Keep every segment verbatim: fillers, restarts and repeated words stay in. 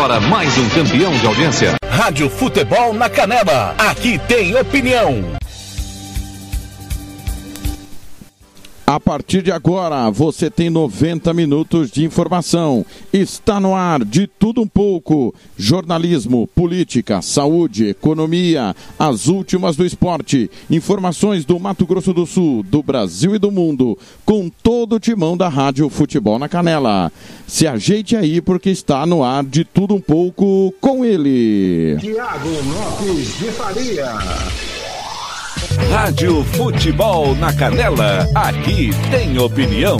agora mais um campeão de audiência. Rádio Futebol na Canela. Aqui tem opinião. A partir de agora, você tem noventa minutos de informação. Está no ar de tudo um pouco. Jornalismo, política, saúde, economia, as últimas do esporte. Informações do Mato Grosso do Sul, do Brasil e do mundo. Com todo o timão da Rádio Futebol na Canela. Se ajeite aí porque está no ar de tudo um pouco com ele. Tiago Lopes de Faria. Rádio Futebol na Canela, aqui tem opinião.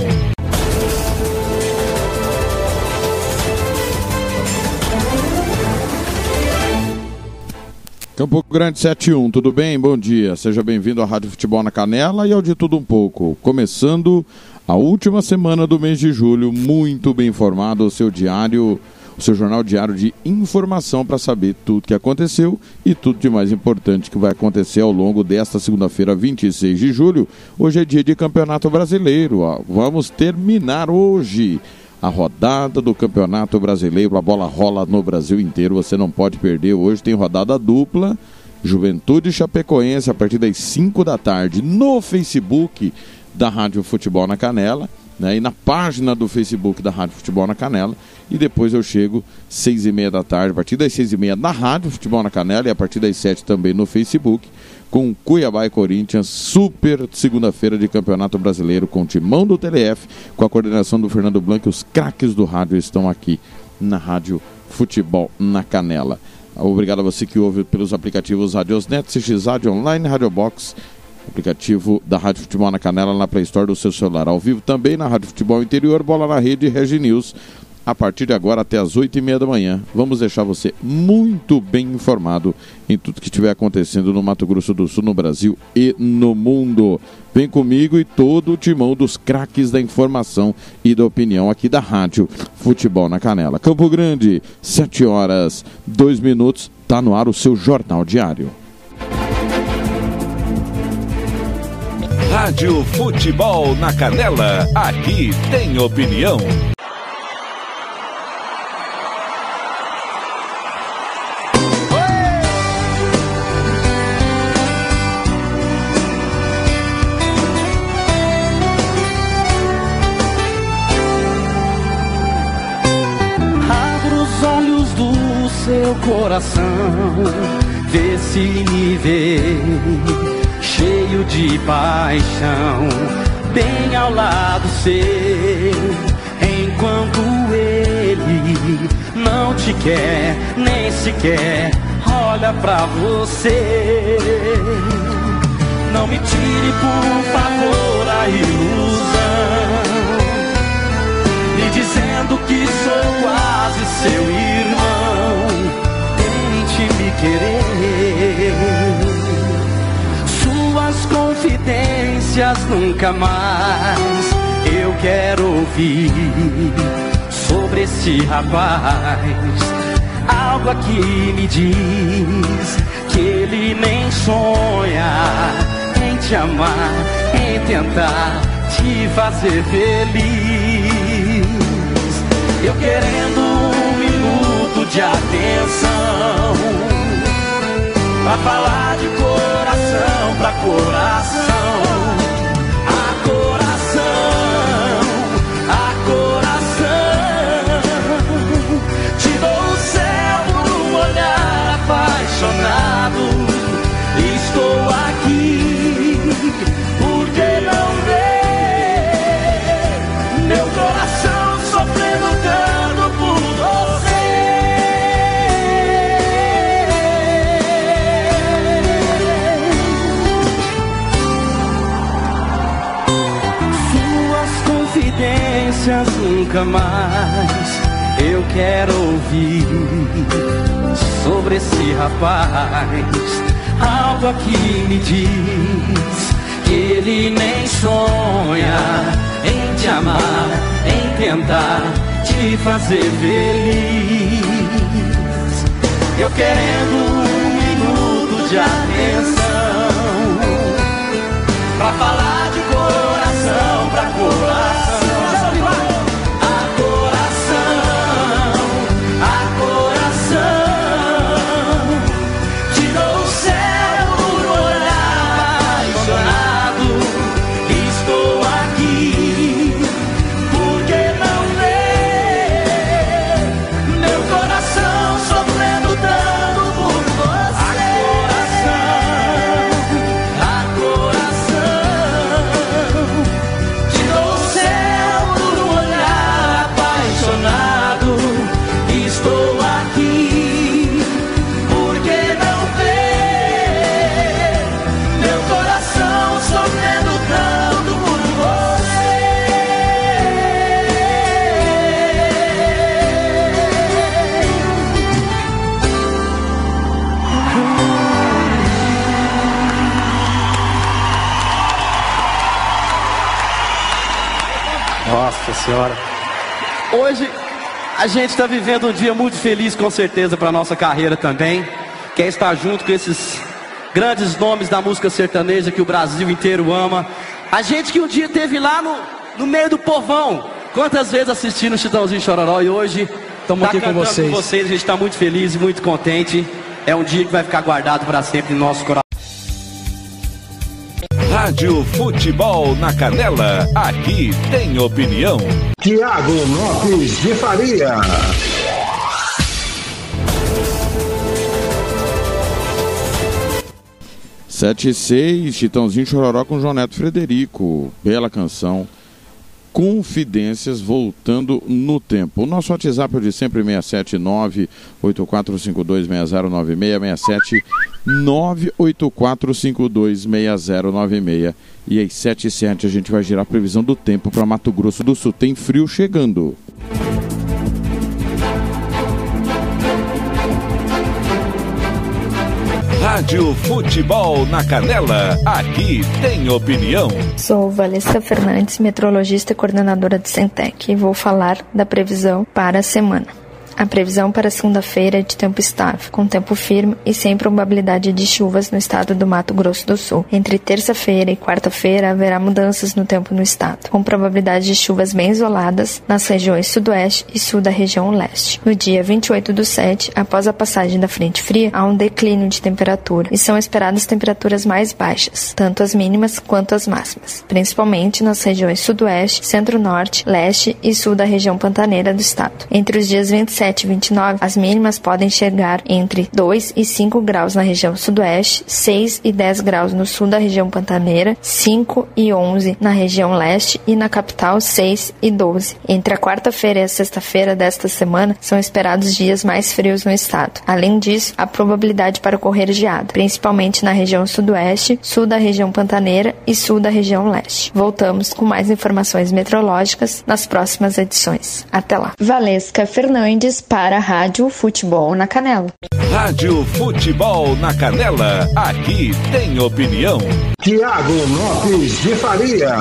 Campo Grande sete e um, tudo bem? Bom dia, seja bem-vindo à Rádio Futebol na Canela e ao De Tudo Um Pouco. Começando a última semana do mês de julho, muito bem informado, o seu diário... o seu jornal diário de informação para saber tudo o que aconteceu e tudo de mais importante que vai acontecer ao longo desta segunda-feira, vinte e seis de julho. Hoje é dia de Campeonato Brasileiro. Vamos terminar hoje a rodada do Campeonato Brasileiro. A bola rola no Brasil inteiro, você não pode perder. Hoje tem rodada dupla, Juventude e Chapecoense, a partir das cinco da tarde, no Facebook da Rádio Futebol na Canela. Né, e na página do Facebook da Rádio Futebol na Canela, e depois eu chego seis e meia da tarde, a partir das seis e meia na Rádio Futebol na Canela, e a partir das sete também no Facebook, com Cuiabá e Corinthians, super segunda-feira de Campeonato Brasileiro, com o timão do T L F, com a coordenação do Fernando Blanc. Os craques do rádio estão aqui na Rádio Futebol na Canela. Obrigado a você que ouve pelos aplicativos Radiosnet, C X Rádio Online, Rádio Box, aplicativo da Rádio Futebol na Canela na Play Store do seu celular. Ao vivo também na Rádio Futebol Interior, Bola na Rede e Regi News. A partir de agora até as oito e meia da manhã, vamos deixar você muito bem informado em tudo que estiver acontecendo no Mato Grosso do Sul, no Brasil e no mundo. Vem comigo e todo o timão dos craques da informação e da opinião aqui da Rádio Futebol na Canela. Campo Grande, sete horas, dois minutos, está no ar o seu Jornal Diário. Rádio Futebol na Canela, aqui tem opinião. Abra os olhos do seu coração, vê se me vê cheio de paixão, bem ao lado seu, enquanto ele não te quer, nem sequer olha pra você. Não me tire, por favor, a ilusão, me dizendo que sou quase seu irmão. Tente me querer, confidências nunca mais eu quero ouvir sobre esse rapaz. Algo aqui me diz que ele nem sonha em te amar, em tentar te fazer feliz. Eu querendo um minuto de atenção pra falar de coração pra coração, a coração, a coração. Te dou o céu por um olhar apaixonado. Estou aqui porque não vê meu coração sofrendo tanto por você. Nunca mais eu quero ouvir sobre esse rapaz. Algo aqui me diz que ele nem sonha em te amar, em tentar te fazer feliz. Eu querendo um minuto de atenção pra falar de coração pra coração. A coração, a coração. Nossa Senhora. Hoje a gente está vivendo um dia muito feliz, com certeza, para a nossa carreira também. Que é estar junto com esses grandes nomes da música sertaneja que o Brasil inteiro ama. A gente que um dia esteve lá no, no meio do povão, quantas vezes assistindo o Chitãozinho e Chororó, e hoje estamos tá aqui com vocês. com vocês. A gente está muito feliz e muito contente. É um dia que vai ficar guardado para sempre no nosso coração. Rádio Futebol na Canela, aqui tem opinião. Tiago Lopes de Faria. sete e seis, Chitãozinho e Chororó com João Neto Frederico. Bela canção. Confidências voltando no tempo. O nosso WhatsApp é o de sempre, seis sete nove, oito quatro cinco dois, seis zero nove seis, seis sete nove, oito quatro cinco dois, seis zero nove seis. E às sete e sete a gente vai girar a previsão do tempo para Mato Grosso do Sul. Tem frio chegando. Rádio Futebol na Canela, aqui tem opinião. Sou Valesca Fernandes, meteorologista e coordenadora do Centec, e vou falar da previsão para a semana. A previsão para segunda-feira é de tempo estável, com tempo firme e sem probabilidade de chuvas no estado do Mato Grosso do Sul. Entre terça-feira e quarta-feira haverá mudanças no tempo no estado, com probabilidade de chuvas bem isoladas nas regiões sudoeste e sul da região leste. No dia vinte e oito do sete, após a passagem da frente fria, há um declínio de temperatura e são esperadas temperaturas mais baixas, tanto as mínimas quanto as máximas, principalmente nas regiões sudoeste, centro-norte, leste e sul da região pantaneira do estado. Entre os dias vinte e sete e vinte e nove, as mínimas podem chegar entre dois e cinco graus na região sudoeste, seis e dez graus no sul da região pantaneira, cinco e onze na região leste e na capital seis e doze. Entre a quarta-feira e a sexta-feira desta semana são esperados dias mais frios no estado. Além disso, há probabilidade para ocorrer geada, principalmente na região sudoeste, sul da região pantaneira e sul da região leste. Voltamos com mais informações meteorológicas nas próximas edições. Até lá. Valesca Fernandes para a Rádio Futebol na Canela. Rádio Futebol na Canela, aqui tem opinião. Tiago Lopes de Faria.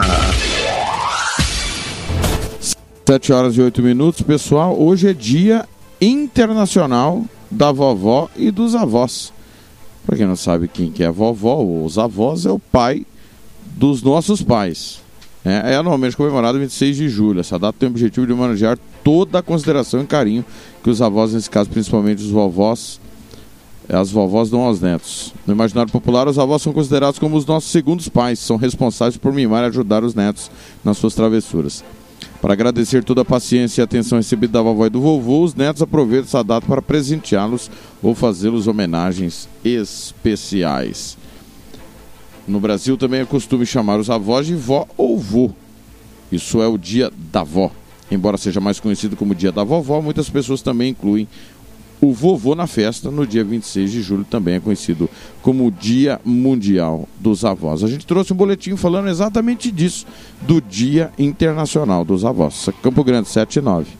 sete horas e oito minutos, pessoal. Hoje é Dia Internacional da Vovó e dos Avós. Para quem não sabe quem que é a vovó ou os avós, é o pai dos nossos pais. É, é anualmente comemorado vinte e seis de julho. Essa data tem o objetivo de homenagear toda a consideração e carinho que os avós, nesse caso principalmente os vovós, as vovós dão aos netos. No imaginário popular, os avós são considerados como os nossos segundos pais, são responsáveis por mimar e ajudar os netos nas suas travessuras. Para agradecer toda a paciência e atenção recebida da vovó e do vovô, os netos aproveitam essa data para presenteá-los ou fazê-los homenagens especiais. No Brasil também é costume chamar os avós de vó ou vô. Isso é o Dia da Vó. Embora seja mais conhecido como Dia da Vovó, muitas pessoas também incluem o vovô na festa. No dia vinte e seis de julho também é conhecido como Dia Mundial dos Avós. A gente trouxe um boletim falando exatamente disso, do Dia Internacional dos Avós. Campo Grande, sete e nove.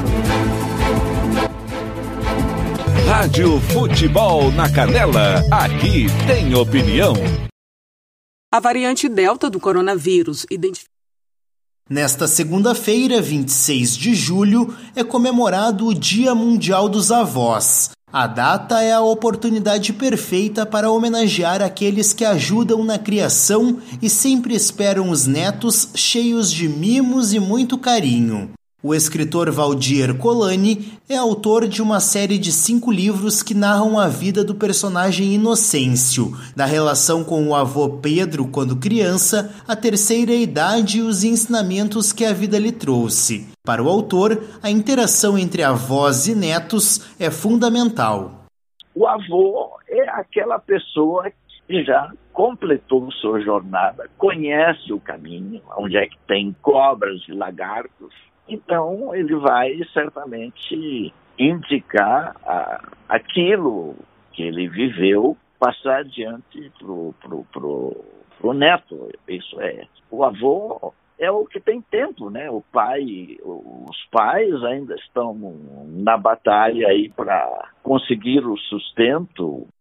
Rádio Futebol na Canela, aqui tem opinião. A variante Delta do coronavírus identificada. Nesta segunda-feira, vinte e seis de julho, é comemorado o Dia Mundial dos Avós. A data é a oportunidade perfeita para homenagear aqueles que ajudam na criação e sempre esperam os netos cheios de mimos e muito carinho. O escritor Valdir Colani é autor de uma série de cinco livros que narram a vida do personagem Inocêncio, da relação com o avô Pedro quando criança, a terceira idade e os ensinamentos que a vida lhe trouxe. Para o autor, a interação entre avós e netos é fundamental. O avô é aquela pessoa que já completou sua jornada, conhece o caminho, onde é que tem cobras e lagartos. Então, ele vai certamente indicar a, aquilo que ele viveu, passar adiante pro, pro, pro, pro neto. Isso é. O avô é o que tem tempo, né? O pai, os pais ainda estão na batalha aí para conseguir o sustento.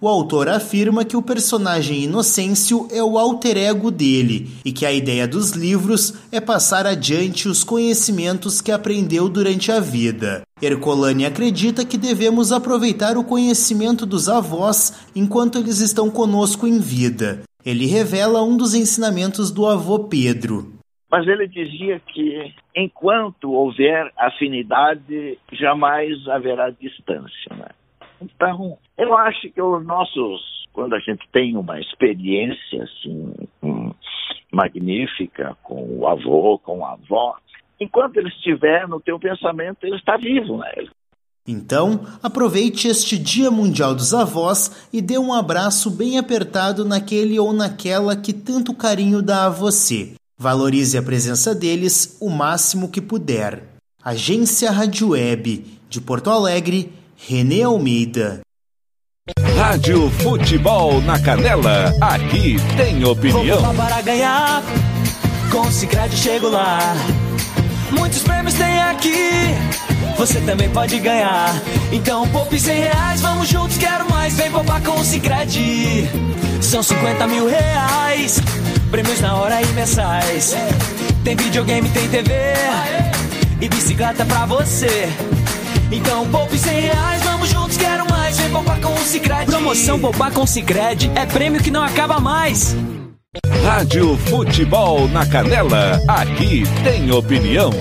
O autor afirma que o personagem Inocêncio é o alter ego dele e que a ideia dos livros é passar adiante os conhecimentos que aprendeu durante a vida. Ercolani acredita que devemos aproveitar o conhecimento dos avós enquanto eles estão conosco em vida. Ele revela um dos ensinamentos do avô Pedro. Mas ele dizia que enquanto houver afinidade, jamais haverá distância, né? Então, eu acho que os nossos, quando a gente tem uma experiência assim, hum, magnífica com o avô, com a avó, enquanto ele estiver no teu pensamento, ele está vivo, né? Então, aproveite este Dia Mundial dos Avós e dê um abraço bem apertado naquele ou naquela que tanto carinho dá a você. Valorize a presença deles o máximo que puder. Agência Rádio Web, de Porto Alegre, Renê Almeida. Rádio Futebol na Canela, aqui tem opinião. Vou para ganhar, com o Sicredi chego lá. Muitos prêmios tem aqui, você também pode ganhar. Então poupe cem reais, vamos juntos, quero mais. Vem poupar com o Sicredi. São cinquenta mil reais, prêmios na hora e mensais. Tem videogame, tem T V e bicicleta pra você. Então poupe cem reais, vamos juntos, quero mais. Vem poupar com o Sicredi. Promoção Poupar com o Sicredi é prêmio que não acaba mais. Rádio Futebol na Canela, aqui tem opinião.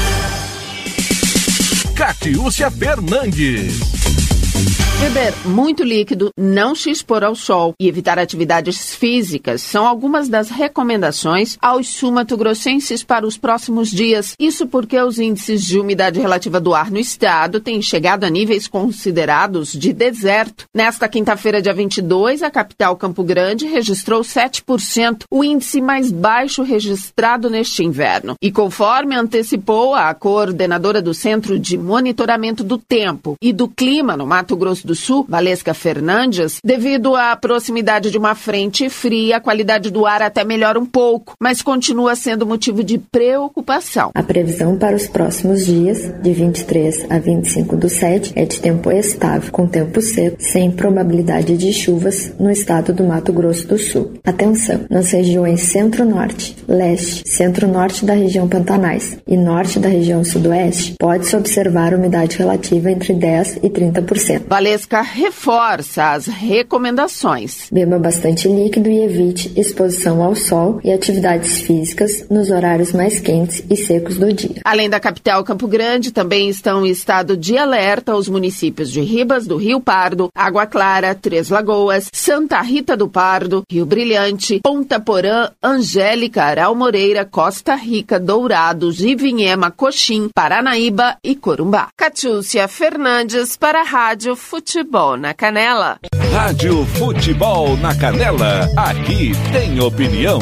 Catiúcia Fernandes. Beber muito líquido, não se expor ao sol e evitar atividades físicas são algumas das recomendações aos sul-mato-grossenses para os próximos dias. Isso porque os índices de umidade relativa do ar no estado têm chegado a níveis considerados de deserto. Nesta quinta-feira, dia vinte e dois, a capital Campo Grande registrou sete por cento, o índice mais baixo registrado neste inverno. E conforme antecipou a coordenadora do Centro de Monitoramento do Tempo e do Clima no Mato Grosso do Sul, Valesca Fernandes, devido à proximidade de uma frente fria, a qualidade do ar até melhora um pouco, mas continua sendo motivo de preocupação. A previsão para os próximos dias, de vinte e três a vinte e cinco do sete, é de tempo estável, com tempo seco, sem probabilidade de chuvas no estado do Mato Grosso do Sul. Atenção, nas regiões centro-norte, leste, centro-norte da região Pantanais e norte da região sudoeste, pode-se observar umidade relativa entre dez e trinta por cento. Valesca reforça as recomendações. Beba bastante líquido e evite exposição ao sol e atividades físicas nos horários mais quentes e secos do dia. Além da capital Campo Grande, também estão em estado de alerta os municípios de Ribas do Rio Pardo, Água Clara, Três Lagoas, Santa Rita do Pardo, Rio Brilhante, Ponta Porã, Angélica, Aral Moreira, Costa Rica, Dourados, Ivinhema, Coxim, Paranaíba e Corumbá. Catiúcia Fernandes para a Rádio Futebol na Canela. Rádio Futebol na Canela, aqui tem opinião.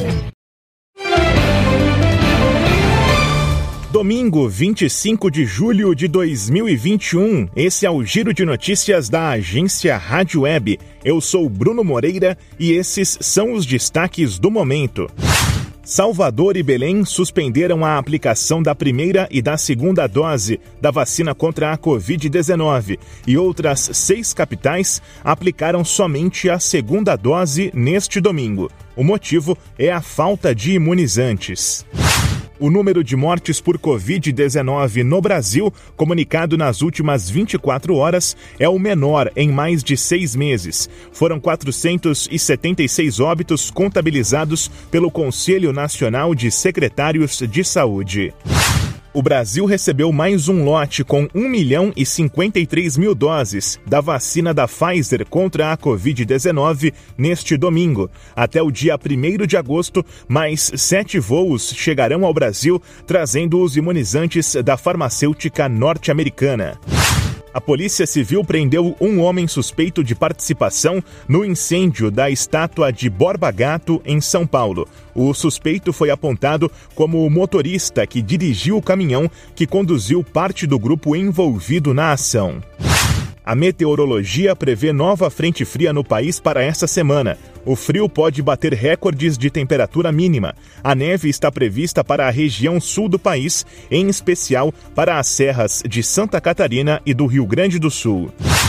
Domingo, vinte e cinco de julho de dois mil e vinte e um, esse é o Giro de Notícias da agência Rádio Web. Eu sou Bruno Moreira e esses são os destaques do momento. Salvador e Belém suspenderam a aplicação da primeira e da segunda dose da vacina contra a covid dezenove e outras seis capitais aplicaram somente a segunda dose neste domingo. O motivo é a falta de imunizantes. O número de mortes por covid dezenove no Brasil, comunicado nas últimas vinte e quatro horas, é o menor em mais de seis meses. Foram quatrocentos e setenta e seis óbitos contabilizados pelo Conselho Nacional de Secretários de Saúde. O Brasil recebeu mais um lote com um milhão e cinquenta e três mil doses da vacina da Pfizer contra a covid dezenove neste domingo. Até o dia primeiro de agosto, mais sete voos chegarão ao Brasil, trazendo os imunizantes da farmacêutica norte-americana. A Polícia Civil prendeu um homem suspeito de participação no incêndio da estátua de Borba Gato, em São Paulo. O suspeito foi apontado como o motorista que dirigiu o caminhão que conduziu parte do grupo envolvido na ação. A meteorologia prevê nova frente fria no país para esta semana. O frio pode bater recordes de temperatura mínima. A neve está prevista para a região sul do país, em especial para as serras de Santa Catarina e do Rio Grande do Sul.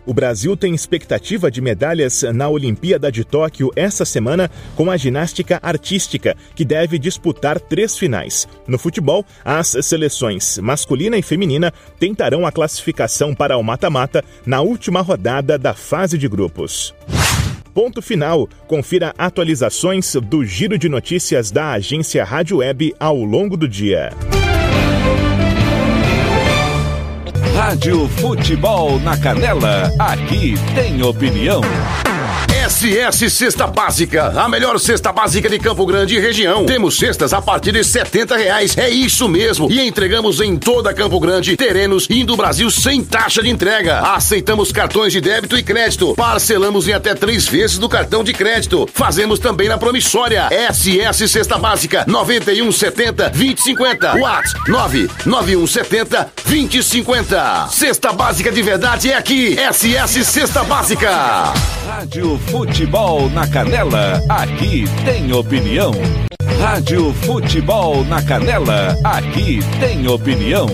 O Brasil tem expectativa de medalhas na Olimpíada de Tóquio essa semana com a ginástica artística, que deve disputar três finais. No futebol, as seleções masculina e feminina tentarão a classificação para o mata-mata na última rodada da fase de grupos. Ponto final. Confira atualizações do Giro de Notícias da agência Rádio Web ao longo do dia. Rádio Futebol na Canela, aqui tem opinião. S S Cesta Básica, a melhor cesta básica de Campo Grande e região. Temos cestas a partir de setenta reais, é isso mesmo. E entregamos em toda Campo Grande, terrenos e do Brasil sem taxa de entrega. Aceitamos cartões de débito e crédito. Parcelamos em até três vezes do cartão de crédito. Fazemos também na promissória. S S Cesta Básica, nove um sete zero, dois zero cinco zero. WhatsApp nove nove um sete zero, dois zero cinco zero. Cesta Básica de verdade é aqui. S S Cesta Básica. Rádio Futebol na Canela, aqui tem opinião. Rádio Futebol na Canela, aqui tem opinião.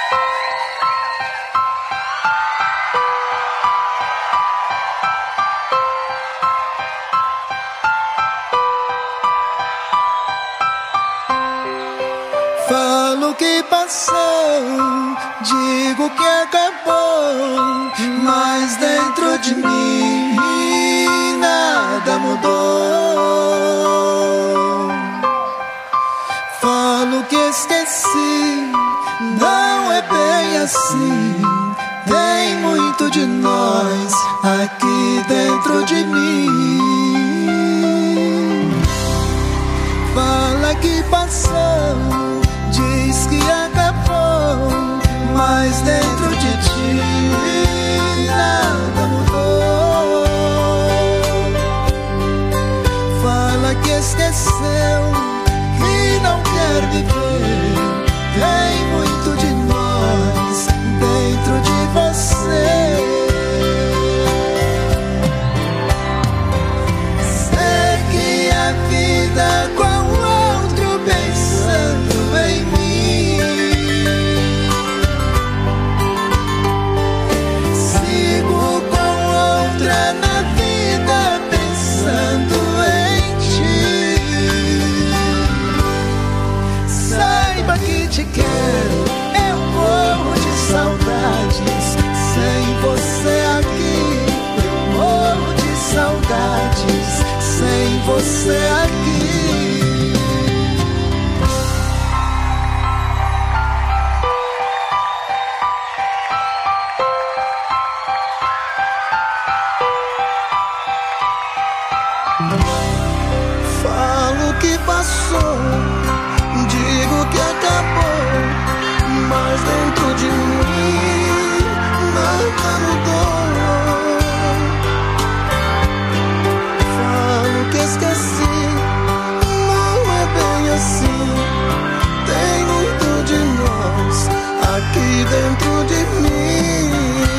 Falo que passou, digo que acabou, mas dentro de mim nada mudou. Falo que esqueci, não é bem assim. Tem muito de nós aqui dentro de mim. Fala que passou, diz que acabou, mas dentro de ti nada mudou. Fala que esqueceu, que não quer viver. Tem muito de nós dentro de você. Segue a vida com outro pensando em mim. Sigo com outra na vida pensando em ti. Saiba que te quero, eu morro de saudades. Sem você aqui, eu morro de saudades. Sem você aqui. Falo que passou, digo que acabou, mas dentro de mim nada mudou. Falo que esqueci, não é bem assim. Tem muito de nós aqui dentro de mim.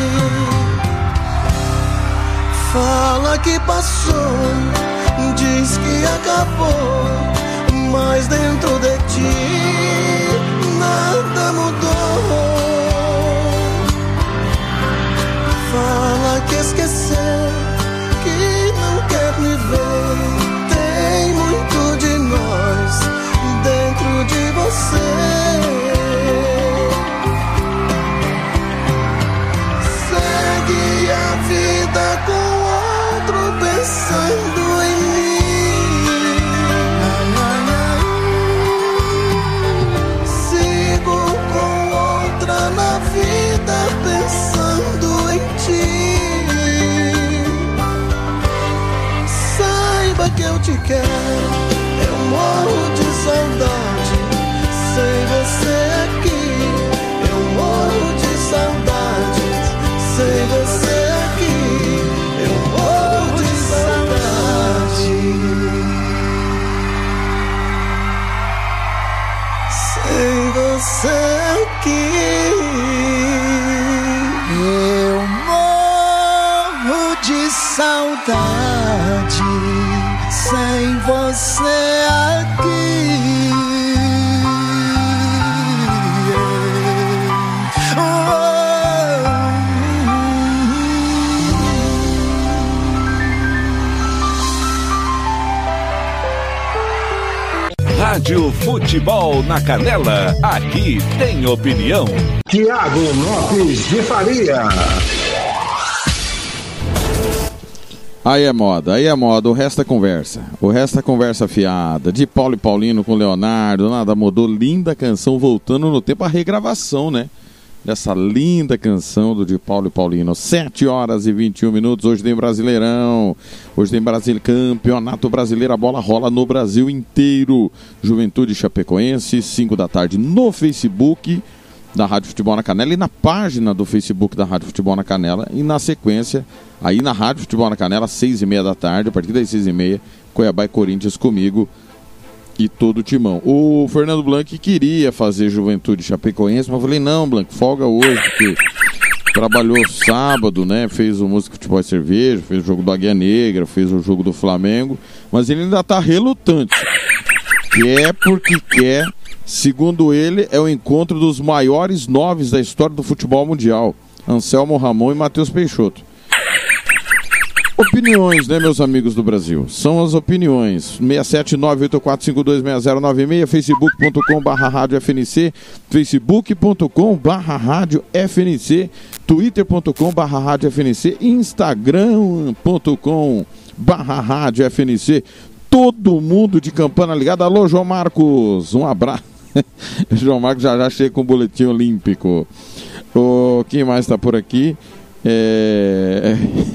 Fala que passou, diz que acabou, mas dentro de ti nada mudou. Fala que esqueceu, que não quer me ver. Tem muito de nós dentro de você. Segue a vida com outro pensando em mim. Sigo com outra na vida pensando em ti. Saiba que eu te quero, eu morro de saudade. Sem você aqui, eu morro de saudade. Sem você aqui, eu morro de saudade. Sem você aqui, eu morro de saudade. Sem você aqui. Oh, Rádio Futebol na Canela, aqui tem opinião. Tiago Lopes de Faria. Aí é moda, aí é moda, o resto é conversa. O resto é conversa fiada. De Paulo e Paulino com Leonardo, nada mudou. Linda canção, voltando no tempo, a regravação, né? Dessa linda canção do de Paulo e Paulino. sete horas e vinte e um minutos, hoje tem Brasileirão. Hoje tem Brasil, Campeonato Brasileiro, a bola rola no Brasil inteiro. Juventude Chapecoense, cinco da tarde no Facebook da Rádio Futebol na Canela e na página do Facebook da Rádio Futebol na Canela. E na sequência, aí na Rádio Futebol na Canela, seis e meia da tarde, a partir das seis e meia, Cuiabá e Corinthians comigo e todo o timão. O Fernando Blanc queria fazer Juventude Chapecoense, mas eu falei, não, Blanc, folga hoje, porque trabalhou sábado, né? Fez o Música Futebol e Cerveja, fez o jogo do Águia Negra, fez o jogo do Flamengo, mas ele ainda tá relutante. Que é porque quer, segundo ele, é o encontro dos maiores noves da história do futebol mundial. Anselmo Ramon e Matheus Peixoto. Opiniões, né, meus amigos do Brasil? São as opiniões. seis sete nove oito quatro cinco dois seis zero nove seis, facebook ponto com barra rádio F N C, facebook ponto com barra rádio F N C, twitter ponto com barra rádio F N C, instagram ponto com barra rádio F N C. Todo mundo de campana ligada. Alô, João Marcos, um abraço. João Marcos já já chega com o boletim olímpico. O, quem mais está por aqui? É...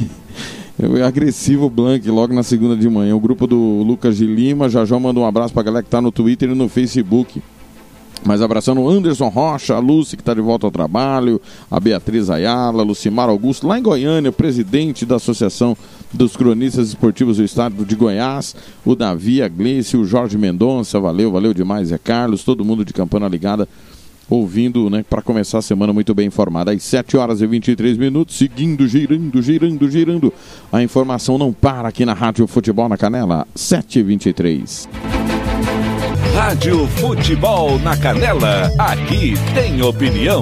agressivo Blanc, logo na segunda de manhã. O grupo do Lucas de Lima, já já manda um abraço pra galera que tá no Twitter e no Facebook. Mas abraçando o Anderson Rocha, a Lúcia que tá de volta ao trabalho, a Beatriz Ayala, Lucimar Augusto, lá em Goiânia, presidente da Associação dos Cronistas Esportivos do Estado de Goiás, o Davi, a Gleice, o Jorge Mendonça, valeu, valeu demais, é Carlos, todo mundo de campana ligada, ouvindo, né, para começar a semana muito bem informada. Às sete horas e vinte e três minutos, seguindo, girando, girando, girando. A informação não para aqui na Rádio Futebol na Canela, sete e vinte e três. Rádio Futebol na Canela, aqui tem opinião.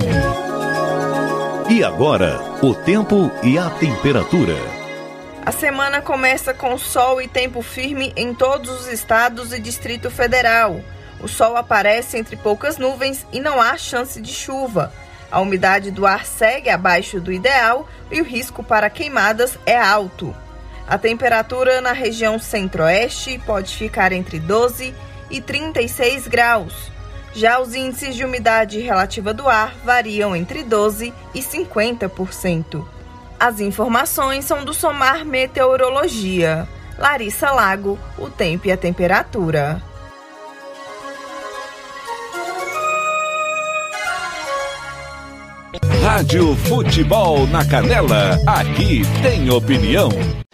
E agora, o tempo e a temperatura. A semana começa com sol e tempo firme em todos os estados e Distrito Federal. O sol aparece entre poucas nuvens e não há chance de chuva. A umidade do ar segue abaixo do ideal e o risco para queimadas é alto. A temperatura na região centro-oeste pode ficar entre doze e trinta e seis graus. Já os índices de umidade relativa do ar variam entre doze e cinquenta por cento. As informações são do Somar Meteorologia. Larissa Lago, o tempo e a temperatura. Rádio Futebol na Canela, aqui tem opinião.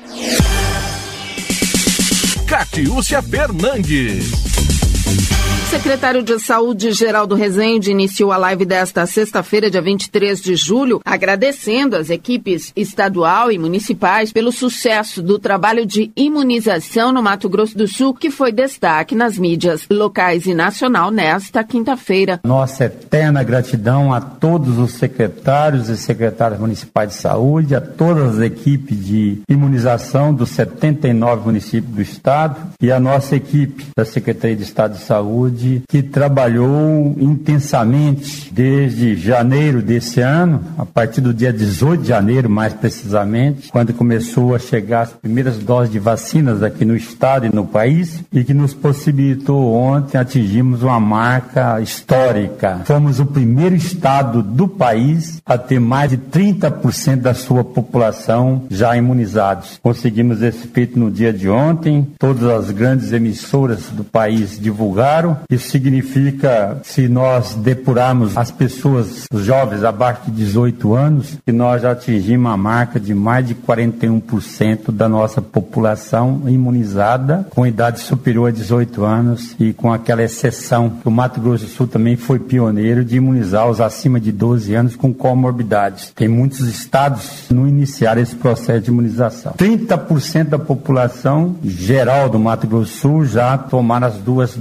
Catiúcia Fernandes. Secretário de Saúde, Geraldo Rezende, iniciou a live desta sexta-feira, dia vinte e três de julho, agradecendo as equipes estadual e municipais pelo sucesso do trabalho de imunização no Mato Grosso do Sul, que foi destaque nas mídias locais e nacional nesta quinta-feira. Nossa eterna gratidão a todos os secretários e secretárias municipais de saúde, a todas as equipes de imunização dos setenta e nove municípios do estado e a nossa equipe da Secretaria de Estado de Saúde, que trabalhou intensamente desde janeiro desse ano, a partir do dia dezoito de janeiro, mais precisamente, quando começou a chegar as primeiras doses de vacinas aqui no estado e no país, e que nos possibilitou ontem atingirmos uma marca histórica. Fomos o primeiro estado do país a ter mais de trinta por cento da sua população já imunizados. Conseguimos esse feito no dia de ontem, todas as grandes emissoras do país divulgaram. Isso significa, se nós depurarmos as pessoas, os jovens abaixo de dezoito anos, que nós já atingimos a marca de mais de quarenta e um por cento da nossa população imunizada com idade superior a dezoito anos, e com aquela exceção que o Mato Grosso do Sul também foi pioneiro de imunizar os acima de doze anos com comorbidades. Tem muitos estados que não iniciaram esse processo de imunização. trinta por cento da população geral do Mato Grosso do Sul já tomaram as duas doses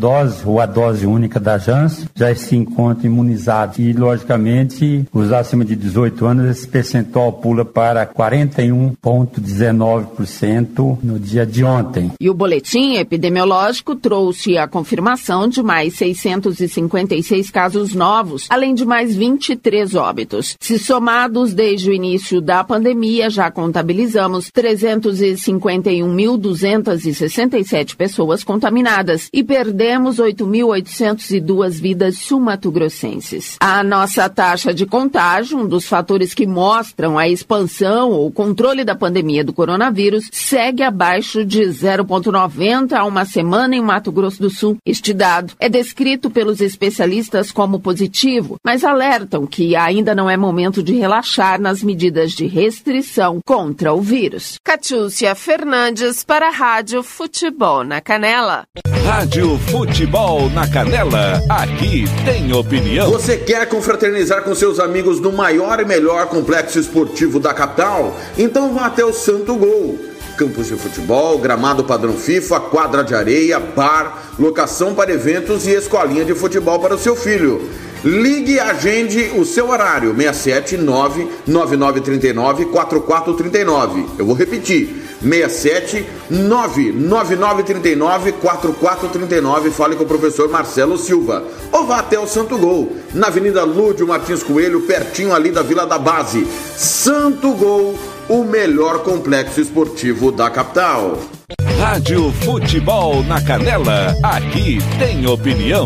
dose ou a dose única da Janssen já se encontram imunizados. E, logicamente, os acima de dezoito anos, esse percentual pula para quarenta e um vírgula dezenove por cento no dia de ontem. E o boletim epidemiológico trouxe a confirmação de mais seiscentos e cinquenta e seis casos novos, além de mais vinte e três óbitos. Se somados desde o início da pandemia, já contabilizamos trezentos e cinquenta e um mil duzentas e sessenta e sete pessoas contaminadas e perdemos oito mil oitocentas e duas vidas sul-mato-grossenses. A nossa taxa de contágio, um dos fatores que mostram a expansão ou controle da pandemia do coronavírus, segue abaixo de zero vírgula noventa há uma semana em Mato Grosso do Sul. Este dado é descrito pelos especialistas como positivo, mas alertam que ainda não é momento de relaxar nas medidas de restrição contra o vírus. Catiúcia Fernandes para a Rádio Futebol na Canela. Rádio Futebol na Canela, aqui tem opinião. Você quer confraternizar com seus amigos no maior e melhor complexo esportivo da capital? Então vá até o Santo Gol. Campos de futebol, gramado padrão FIFA, quadra de areia, bar, locação para eventos e escolinha de futebol para o seu filho. Ligue e agende o seu horário, seis sete nove nove nove três nove quatro quatro três nove. Eu vou repetir, seis sete nove nove nove três nove quatro quatro três nove. Fale com o professor Marcelo Silva. Ou vá até o Santo Gol, na Avenida Lúdio Martins Coelho, pertinho ali da Vila da Base. Santo Gol, o melhor complexo esportivo da capital. Rádio Futebol na Canela, aqui tem opinião.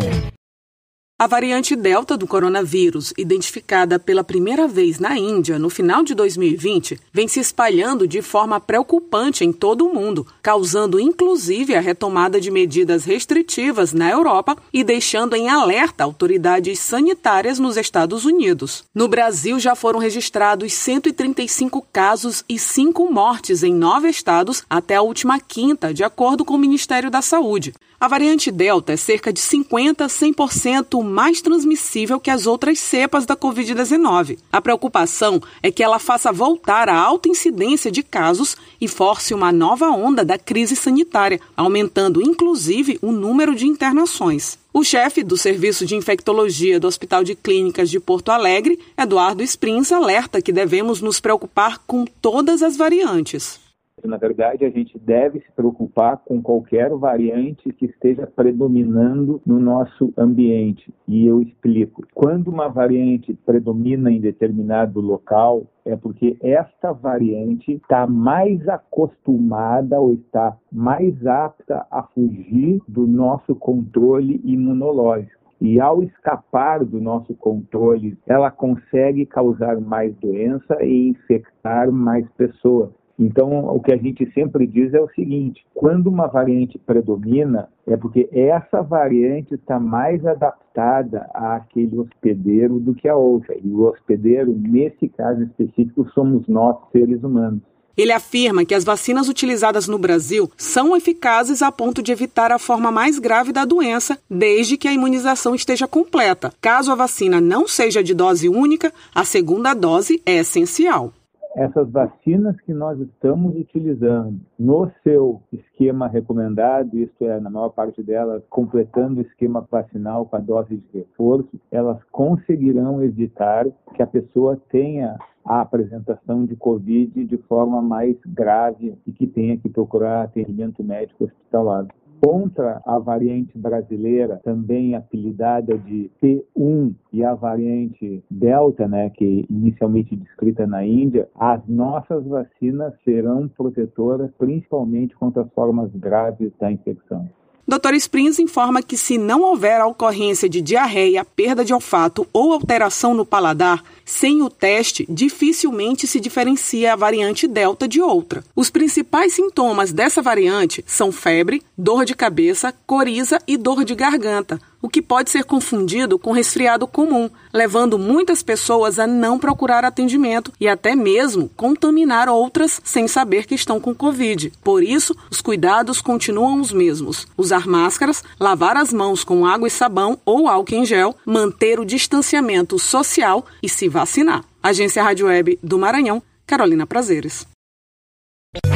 A variante Delta do coronavírus, identificada pela primeira vez na Índia no final de dois mil e vinte, vem se espalhando de forma preocupante em todo o mundo, causando inclusive a retomada de medidas restritivas na Europa e deixando em alerta autoridades sanitárias nos Estados Unidos. No Brasil já foram registrados cento e trinta e cinco casos e cinco mortes em nove estados até a última quinta, de acordo com o Ministério da Saúde. A variante Delta é cerca de cinquenta a cem por cento mais transmissível que as outras cepas da covid dezenove. A preocupação é que ela faça voltar a alta incidência de casos e force uma nova onda da crise sanitária, aumentando inclusive o número de internações. O chefe do Serviço de Infectologia do Hospital de Clínicas de Porto Alegre, Eduardo Sprins, alerta que devemos nos preocupar com todas as variantes. Na verdade, a gente deve se preocupar com qualquer variante que esteja predominando no nosso ambiente. E eu explico. Quando uma variante predomina em determinado local, é porque esta variante está mais acostumada ou está mais apta a fugir do nosso controle imunológico. E ao escapar do nosso controle, ela consegue causar mais doença e infectar mais pessoas. Então, o que a gente sempre diz é o seguinte: quando uma variante predomina, é porque essa variante está mais adaptada àquele hospedeiro do que a outra. E o hospedeiro, nesse caso específico, somos nós, seres humanos. Ele afirma que as vacinas utilizadas no Brasil são eficazes a ponto de evitar a forma mais grave da doença, desde que a imunização esteja completa. Caso a vacina não seja de dose única, a segunda dose é essencial. Essas vacinas que nós estamos utilizando no seu esquema recomendado, isto é, na maior parte delas, completando o esquema vacinal com a dose de reforço, elas conseguirão evitar que a pessoa tenha a apresentação de Covid de forma mais grave e que tenha que procurar atendimento médico hospitalar. Contra a variante brasileira, também apelidada de P um, e a variante Delta, né, que inicialmente descrita na Índia, as nossas vacinas serão protetoras principalmente contra as formas graves da infecção. doutor Sprins informa que se não houver a ocorrência de diarreia, perda de olfato ou alteração no paladar, sem o teste, dificilmente se diferencia a variante Delta de outra. Os principais sintomas dessa variante são febre, dor de cabeça, coriza e dor de garganta, o que pode ser confundido com resfriado comum, levando muitas pessoas a não procurar atendimento e até mesmo contaminar outras sem saber que estão com Covid. Por isso, os cuidados continuam os mesmos: usar máscaras, lavar as mãos com água e sabão ou álcool em gel, manter o distanciamento social e se vacinar. Agência Rádio Web do Maranhão, Carolina Prazeres.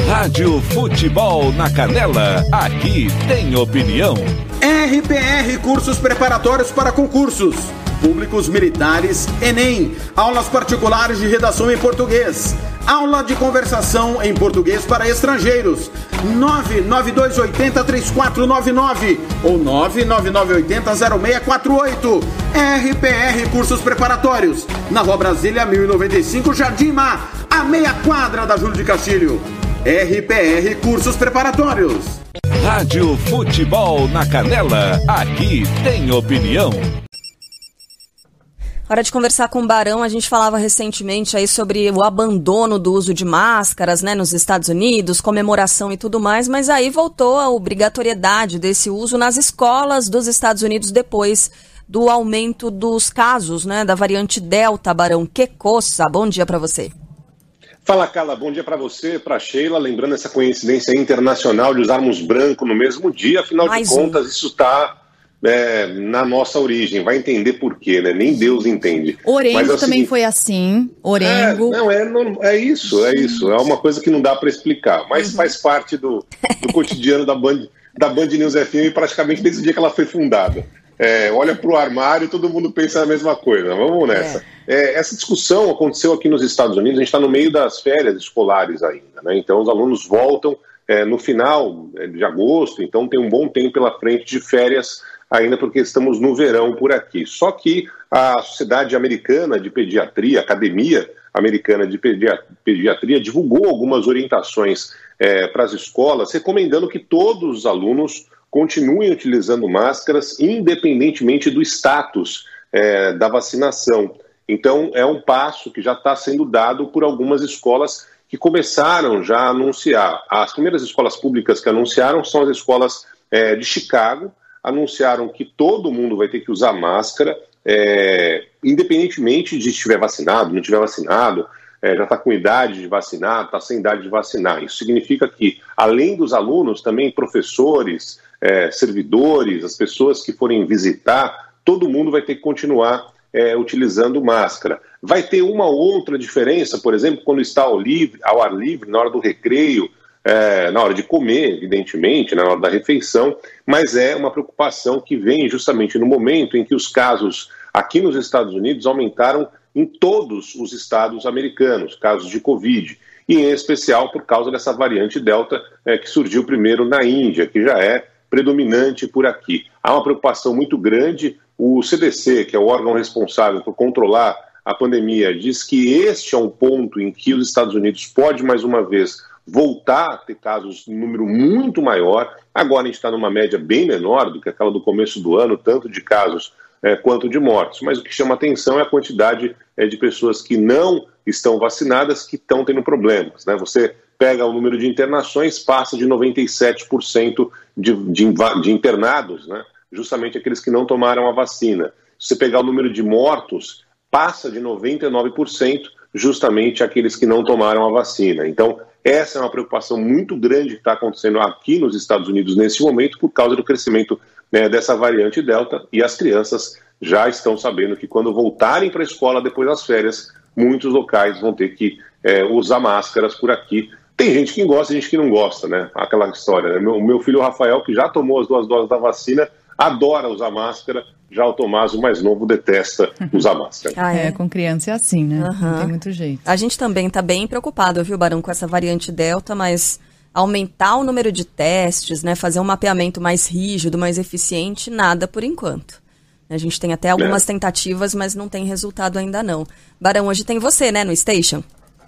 Rádio Futebol na Canela, aqui tem opinião. R P R Cursos Preparatórios para Concursos Públicos Militares, Enem, aulas particulares de redação em português, aula de conversação em português para estrangeiros, nove nove dois oito zero três quatro nove nove ou nove nove nove oito zero zero seis quatro oito. R P R Cursos Preparatórios, na Rua Brasília mil e noventa e cinco, Jardim Mar, a meia quadra da Júlio de Castilho. R P R Cursos Preparatórios. Rádio Futebol na Canela, aqui tem opinião. Hora de conversar com o Barão. A gente falava recentemente aí sobre o abandono do uso de máscaras, né, nos Estados Unidos, comemoração e tudo mais, mas aí voltou a obrigatoriedade desse uso nas escolas dos Estados Unidos depois do aumento dos casos, né, da variante Delta. Barão, que coisa. Bom dia para você. Fala, Carla, bom dia para você, para Sheila, lembrando essa coincidência internacional de usarmos branco no mesmo dia, afinal Mais de contas um. isso está é, na nossa origem, vai entender por quê, né? Nem Deus entende. Orengo Mas, assim, também foi assim, Orengo. É, não, é, não, é isso, é isso, é uma coisa que não dá para explicar, mas uhum. faz parte do, do cotidiano da Band, da Band News F M praticamente desde o dia que ela foi fundada. É, olha para o armário e todo mundo pensa a mesma coisa. Vamos nessa. É. É, essa discussão aconteceu aqui nos Estados Unidos, a gente está no meio das férias escolares ainda, né? Então os alunos voltam é, no final de agosto, então tem um bom tempo pela frente de férias ainda, porque estamos no verão por aqui. Só que a Sociedade Americana de Pediatria, a Academia Americana de Pediatria, divulgou algumas orientações é, para as escolas, recomendando que todos os alunos continuem utilizando máscaras, independentemente do status é, da vacinação. Então, é um passo que já está sendo dado por algumas escolas que começaram já a anunciar. As primeiras escolas públicas que anunciaram são as escolas é, de Chicago, anunciaram que todo mundo vai ter que usar máscara, é, independentemente de estiver vacinado, não estiver vacinado, É, já está com idade de vacinar, está sem idade de vacinar. Isso significa que, além dos alunos, também professores, é, servidores, as pessoas que forem visitar, todo mundo vai ter que continuar é, utilizando máscara. Vai ter uma outra diferença, por exemplo, quando está ao, livre, ao ar livre, na hora do recreio, é, na hora de comer, evidentemente, na hora da refeição, mas é uma preocupação que vem justamente no momento em que os casos aqui nos Estados Unidos aumentaram em todos os estados americanos, casos de Covid, e em especial por causa dessa variante Delta é, que surgiu primeiro na Índia, que já é predominante por aqui. Há uma preocupação muito grande. O C D C, que é o órgão responsável por controlar a pandemia, diz que este é um ponto em que os Estados Unidos pode, mais uma vez, voltar a ter casos em número muito maior. Agora a gente está numa média bem menor do que aquela do começo do ano, tanto de casos É, quanto de mortes, mas o que chama atenção é a quantidade é, de pessoas que não estão vacinadas que estão tendo problemas, né? Você pega o número de internações, passa de noventa e sete por cento de, de, de internados, né? Justamente aqueles que não tomaram a vacina. Se você pegar o número de mortos, passa de noventa e nove por cento justamente aqueles que não tomaram a vacina. Então, essa é uma preocupação muito grande que está acontecendo aqui nos Estados Unidos nesse momento por causa do crescimento né, dessa variante Delta, e as crianças já estão sabendo que quando voltarem para a escola depois das férias, muitos locais vão ter que é, usar máscaras por aqui. Tem gente que gosta e gente que não gosta, né? Aquela história, né? Meu, meu filho Rafael, que já tomou as duas doses da vacina, adora usar máscara. Já o Tomás, o mais novo, detesta usar máscara. Ah, é, com criança é assim, né? Uhum. Não tem muito jeito. A gente também está bem preocupado, viu, Barão, com essa variante Delta, mas aumentar o número de testes, né, fazer um mapeamento mais rígido, mais eficiente, nada por enquanto. A gente tem até algumas é. tentativas, mas não tem resultado ainda não. Barão, hoje tem você, né, no Station?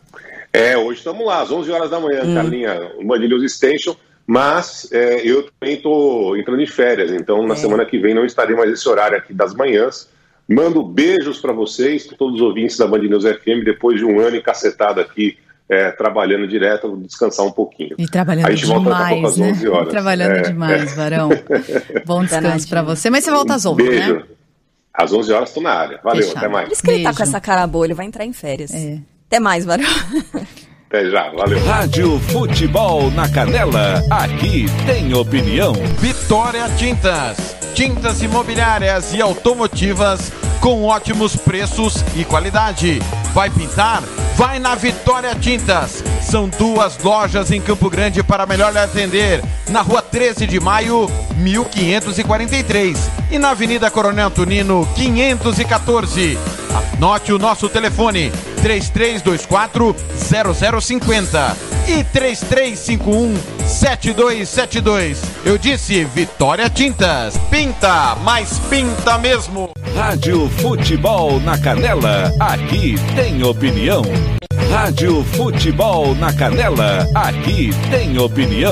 É, hoje estamos lá, às onze horas da manhã, hum. Carlinha, no Band News Station, mas é, eu também estou entrando em férias, então na é. semana que vem não estarei mais nesse horário aqui das manhãs. Mando beijos para vocês, para todos os ouvintes da Band News F M, depois de um ano encacetado aqui, É, trabalhando direto, vou descansar um pouquinho. E trabalhando a gente demais, volta daqui a pouco às onze horas. Né? Trabalhando é, demais, é. Varão. Bom descanso para você. Mas você volta às onze, Beijo. né? Às onze horas estou na área. Valeu, Fechado. Até mais. Por isso que Beijo. Ele tá com essa cara boa, ele vai entrar em férias. É. Até mais, Varão. Até já, valeu. Rádio Futebol na Canela, aqui tem opinião. Vitória Tintas. Tintas imobiliárias e automotivas com ótimos preços e qualidade. Vai pintar? vai na Vitória Tintas. São duas lojas em Campo Grande para melhor lhe atender. Na rua treze de maio, mil quinhentos e quarenta e três. E na Avenida Coronel Antonino, quinhentos e quatorze. Anote o nosso telefone, três três dois quatro zero zero cinco zero e três três cinco um sete dois sete dois. Eu disse Vitória Tintas. Pinta, mas pinta mesmo. Rádio Futebol na Canela, aqui tem opinião. Rádio Futebol na Canela, aqui tem opinião.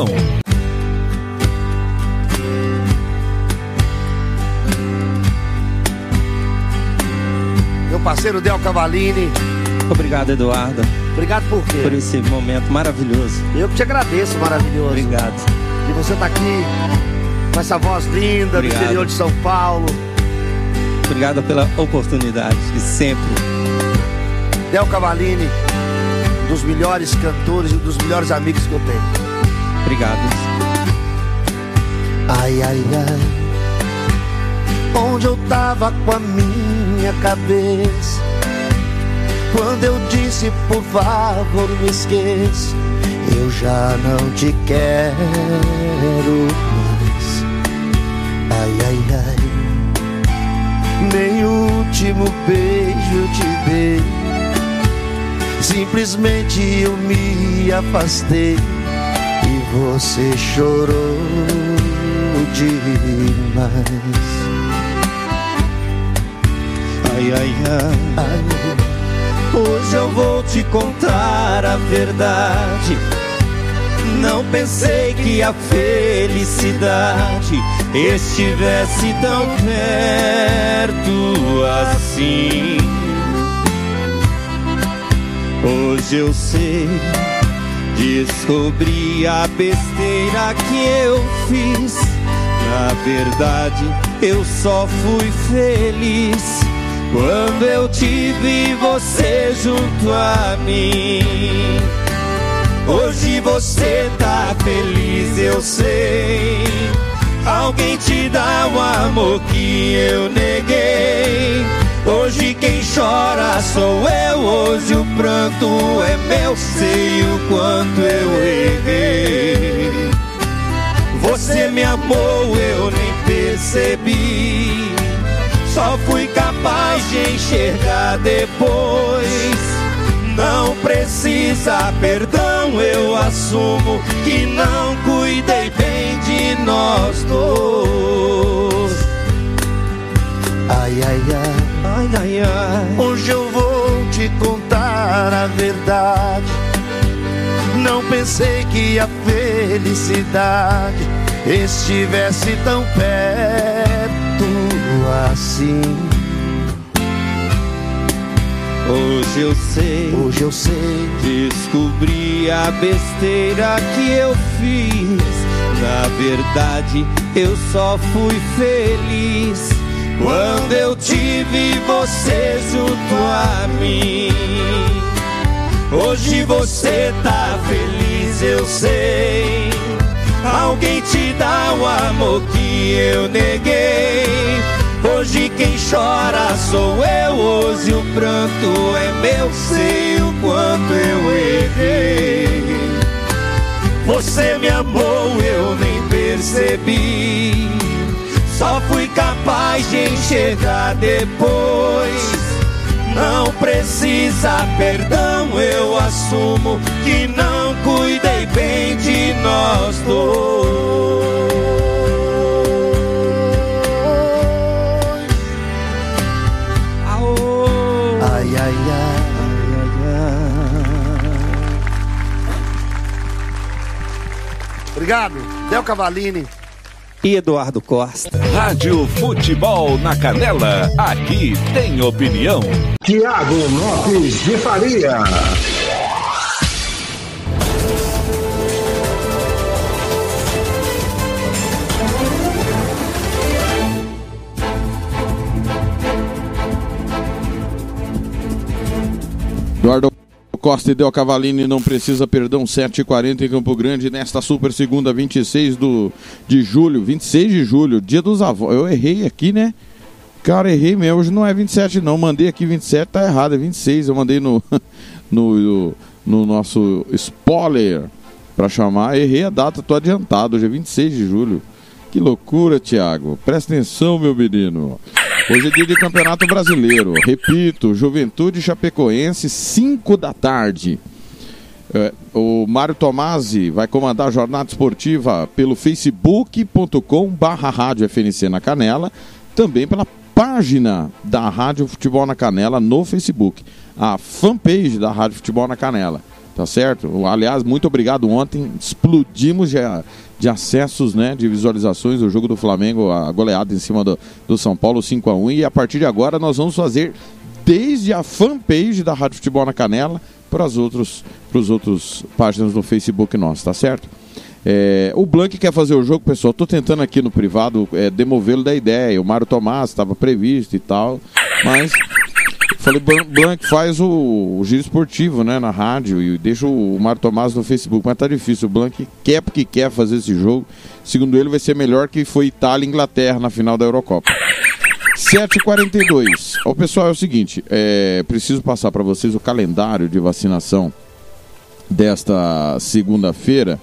Meu parceiro Del Cavalini. Obrigado, Eduardo. Obrigado por quê? Por esse momento maravilhoso. Eu que te agradeço, maravilhoso. Obrigado. E você tá aqui com essa voz linda Obrigado. Do interior de São Paulo. Obrigado pela oportunidade de sempre. Del Cavalini, um dos melhores cantores e um dos melhores amigos que eu tenho. Obrigado. Ai, ai, ai, onde eu tava com a minha cabeça quando eu disse por favor me esqueça, eu já não te quero mais. Ai, ai, ai, nem o último beijo eu te dei, simplesmente eu me afastei e você chorou demais. Ai, ai, ai, ai, hoje eu vou te contar a verdade. Não pensei que a felicidade estivesse tão perto assim. Hoje eu sei, descobri a besteira que eu fiz. Na verdade, eu só fui feliz quando eu tive você junto a mim. Hoje você tá feliz, eu sei. Alguém te dá um amor que eu neguei. Hoje quem chora sou eu, hoje o pranto é meu. Sei o quanto eu errei. Você me amou, eu nem percebi. Só fui capaz de enxergar depois. Não precisa perdão, eu assumo que não cuidei bem de nós dois. Ai, ai, ai, ai, ai, ai. Hoje eu vou te contar a verdade. Não pensei que a felicidade estivesse tão perto assim. Hoje eu sei, hoje eu sei, descobri a besteira que eu fiz. Na verdade, eu só fui feliz quando eu tive você junto a mim. Hoje você tá feliz, eu sei. Alguém te dá o amor que eu neguei. Hoje quem chora sou eu, hoje o pranto é meu. Sei o quanto eu errei. Você me amou, eu nem percebi. Só fui capaz de enxergar depois. Não precisa perdão, eu assumo que não cuidei bem de nós dois. Ai, ai, ai, ai, ai. Obrigado, Del Cavalini e Eduardo Costa. Rádio Futebol na Canela, aqui tem opinião. Tiago Lopes de Faria. Eduardo Costa e Del Cavalini não precisa perdão, sete e quarenta em Campo Grande, nesta super segunda, vinte e seis do, de julho, vinte e seis de julho, dia dos avós. Eu errei aqui, né? Cara, errei mesmo, hoje não é vinte e sete não, mandei aqui vinte e sete, tá errado, é vinte e seis, eu mandei no, no, no nosso spoiler para chamar. Errei a data, tô adiantado, hoje é vinte e seis de julho. Que loucura, Thiago. Presta atenção, meu menino. Hoje é dia de Campeonato Brasileiro. Repito, Juventude Chapecoense, cinco da tarde. É, o Mário Tomasi vai comandar a jornada esportiva pelo facebook ponto com barra rádio F N C na Canela, também pela página da Rádio Futebol na Canela no Facebook, a fanpage da Rádio Futebol na Canela, tá certo? Aliás, muito obrigado, ontem explodimos de, de acessos, né, de visualizações do jogo do Flamengo, a goleada em cima do, do São Paulo cinco a um, e a partir de agora nós vamos fazer desde a fanpage da Rádio Futebol na Canela para as outros, pros outros páginas no Facebook nosso, tá certo? É, o Blank quer fazer o jogo, pessoal. Tô tentando aqui no privado é, demovê-lo da ideia. O Mário Tomás estava previsto e tal, mas falei, Blank, faz o, o giro esportivo, né, na rádio e deixa o Mário Tomás no Facebook, mas tá difícil. O Blank quer porque quer fazer esse jogo. Segundo ele, vai ser melhor que foi Itália e Inglaterra na final da Eurocopa. sete e quarenta e dois. Ó, pessoal, é o seguinte, é, preciso passar para vocês o calendário de vacinação desta segunda-feira.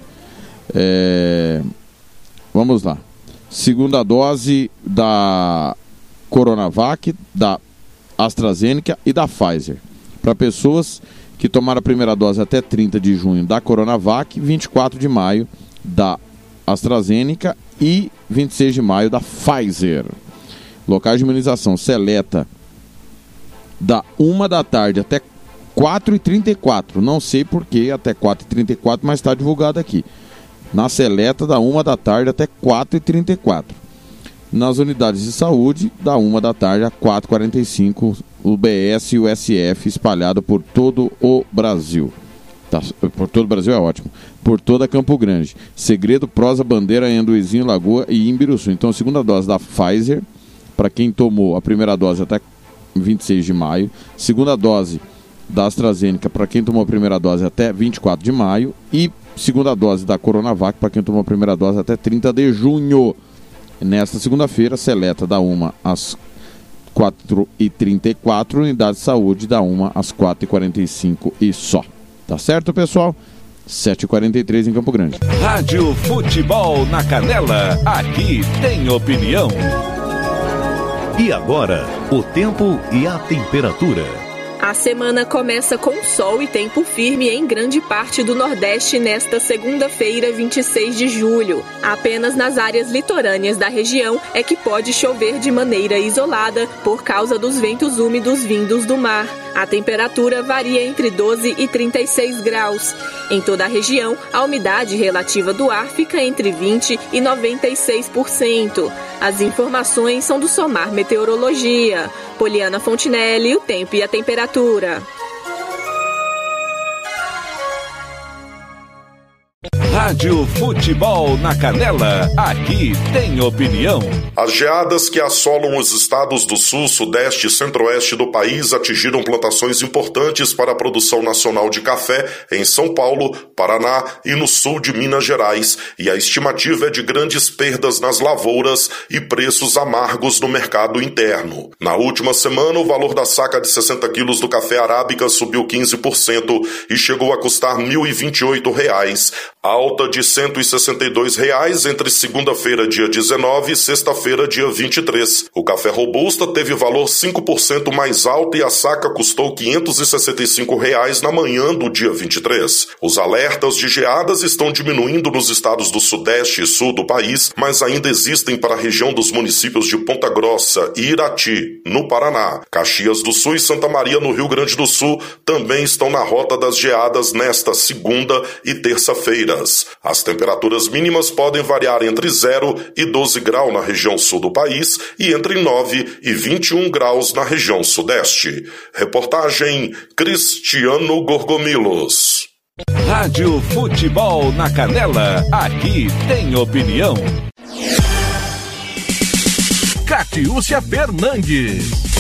É, vamos lá. Segunda dose da Coronavac, da AstraZeneca e da Pfizer. Para pessoas que tomaram a primeira dose até trinta de junho da Coronavac, vinte e quatro de maio da AstraZeneca e vinte e seis de maio da Pfizer. Locais de imunização: Seleta, da uma da tarde até quatro e trinta e quatro. Não sei porquê até quatro e trinta e quatro, mas está divulgado aqui. Na Seleta, da uma da tarde até quatro e trinta e quatro. Nas unidades de saúde, da uma da tarde a quatro e quarenta e cinco, o B S e o S F espalhado por todo o Brasil. Tá, por todo o Brasil é ótimo. Por toda Campo Grande. Segredo, Prosa, Bandeira, Anduizinho, Lagoa e Imbiruçu. Então, segunda dose da Pfizer, para quem tomou a primeira dose até vinte e seis de maio. Segunda dose da AstraZeneca, para quem tomou a primeira dose até vinte e quatro de maio. E segunda dose da Coronavac, para quem tomou a primeira dose até trinta de junho. Nesta segunda-feira, Seleta da uma às quatro e trinta e quatro, Unidade de Saúde da uma às quatro e quarenta e cinco e só. Tá certo, pessoal? sete e quarenta e três em Campo Grande. Rádio Futebol na Canela, aqui tem opinião. E agora, o tempo e a temperatura. A semana começa com sol e tempo firme em grande parte do Nordeste nesta segunda-feira, vinte e seis de julho. Apenas nas áreas litorâneas da região é que pode chover de maneira isolada por causa dos ventos úmidos vindos do mar. A temperatura varia entre doze e trinta e seis graus. Em toda a região, a umidade relativa do ar fica entre vinte e noventa e seis por cento. As informações são do Somar Meteorologia. Poliana Fontinelli, o tempo e a temperatura. Rádio Futebol na Canela, aqui tem opinião. As geadas que assolam os estados do sul, sudeste e centro-oeste do país atingiram plantações importantes para a produção nacional de café em São Paulo, Paraná e no sul de Minas Gerais, e a estimativa é de grandes perdas nas lavouras e preços amargos no mercado interno. Na última semana, o valor da saca de sessenta quilos do café arábica subiu quinze por cento e chegou a custar mil e vinte e oito reais, alta de cento e sessenta e dois reais entre segunda-feira, dia dezenove, e sexta-feira, dia vinte e três. O café robusta teve valor cinco por cento mais alto e a saca custou quinhentos e sessenta e cinco reais na manhã do dia vinte e três. Os alertas de geadas estão diminuindo nos estados do sudeste e sul do país, mas ainda existem para a região dos municípios de Ponta Grossa e Irati, no Paraná. Caxias do Sul e Santa Maria, no Rio Grande do Sul, também estão na rota das geadas nesta segunda e terça-feira. As temperaturas mínimas podem variar entre zero e doze graus na região sul do país e entre nove e vinte e um graus na região sudeste. Reportagem Cristiano Gorgomilos. Rádio Futebol na Canela, aqui tem opinião. Catiúcia Fernandes.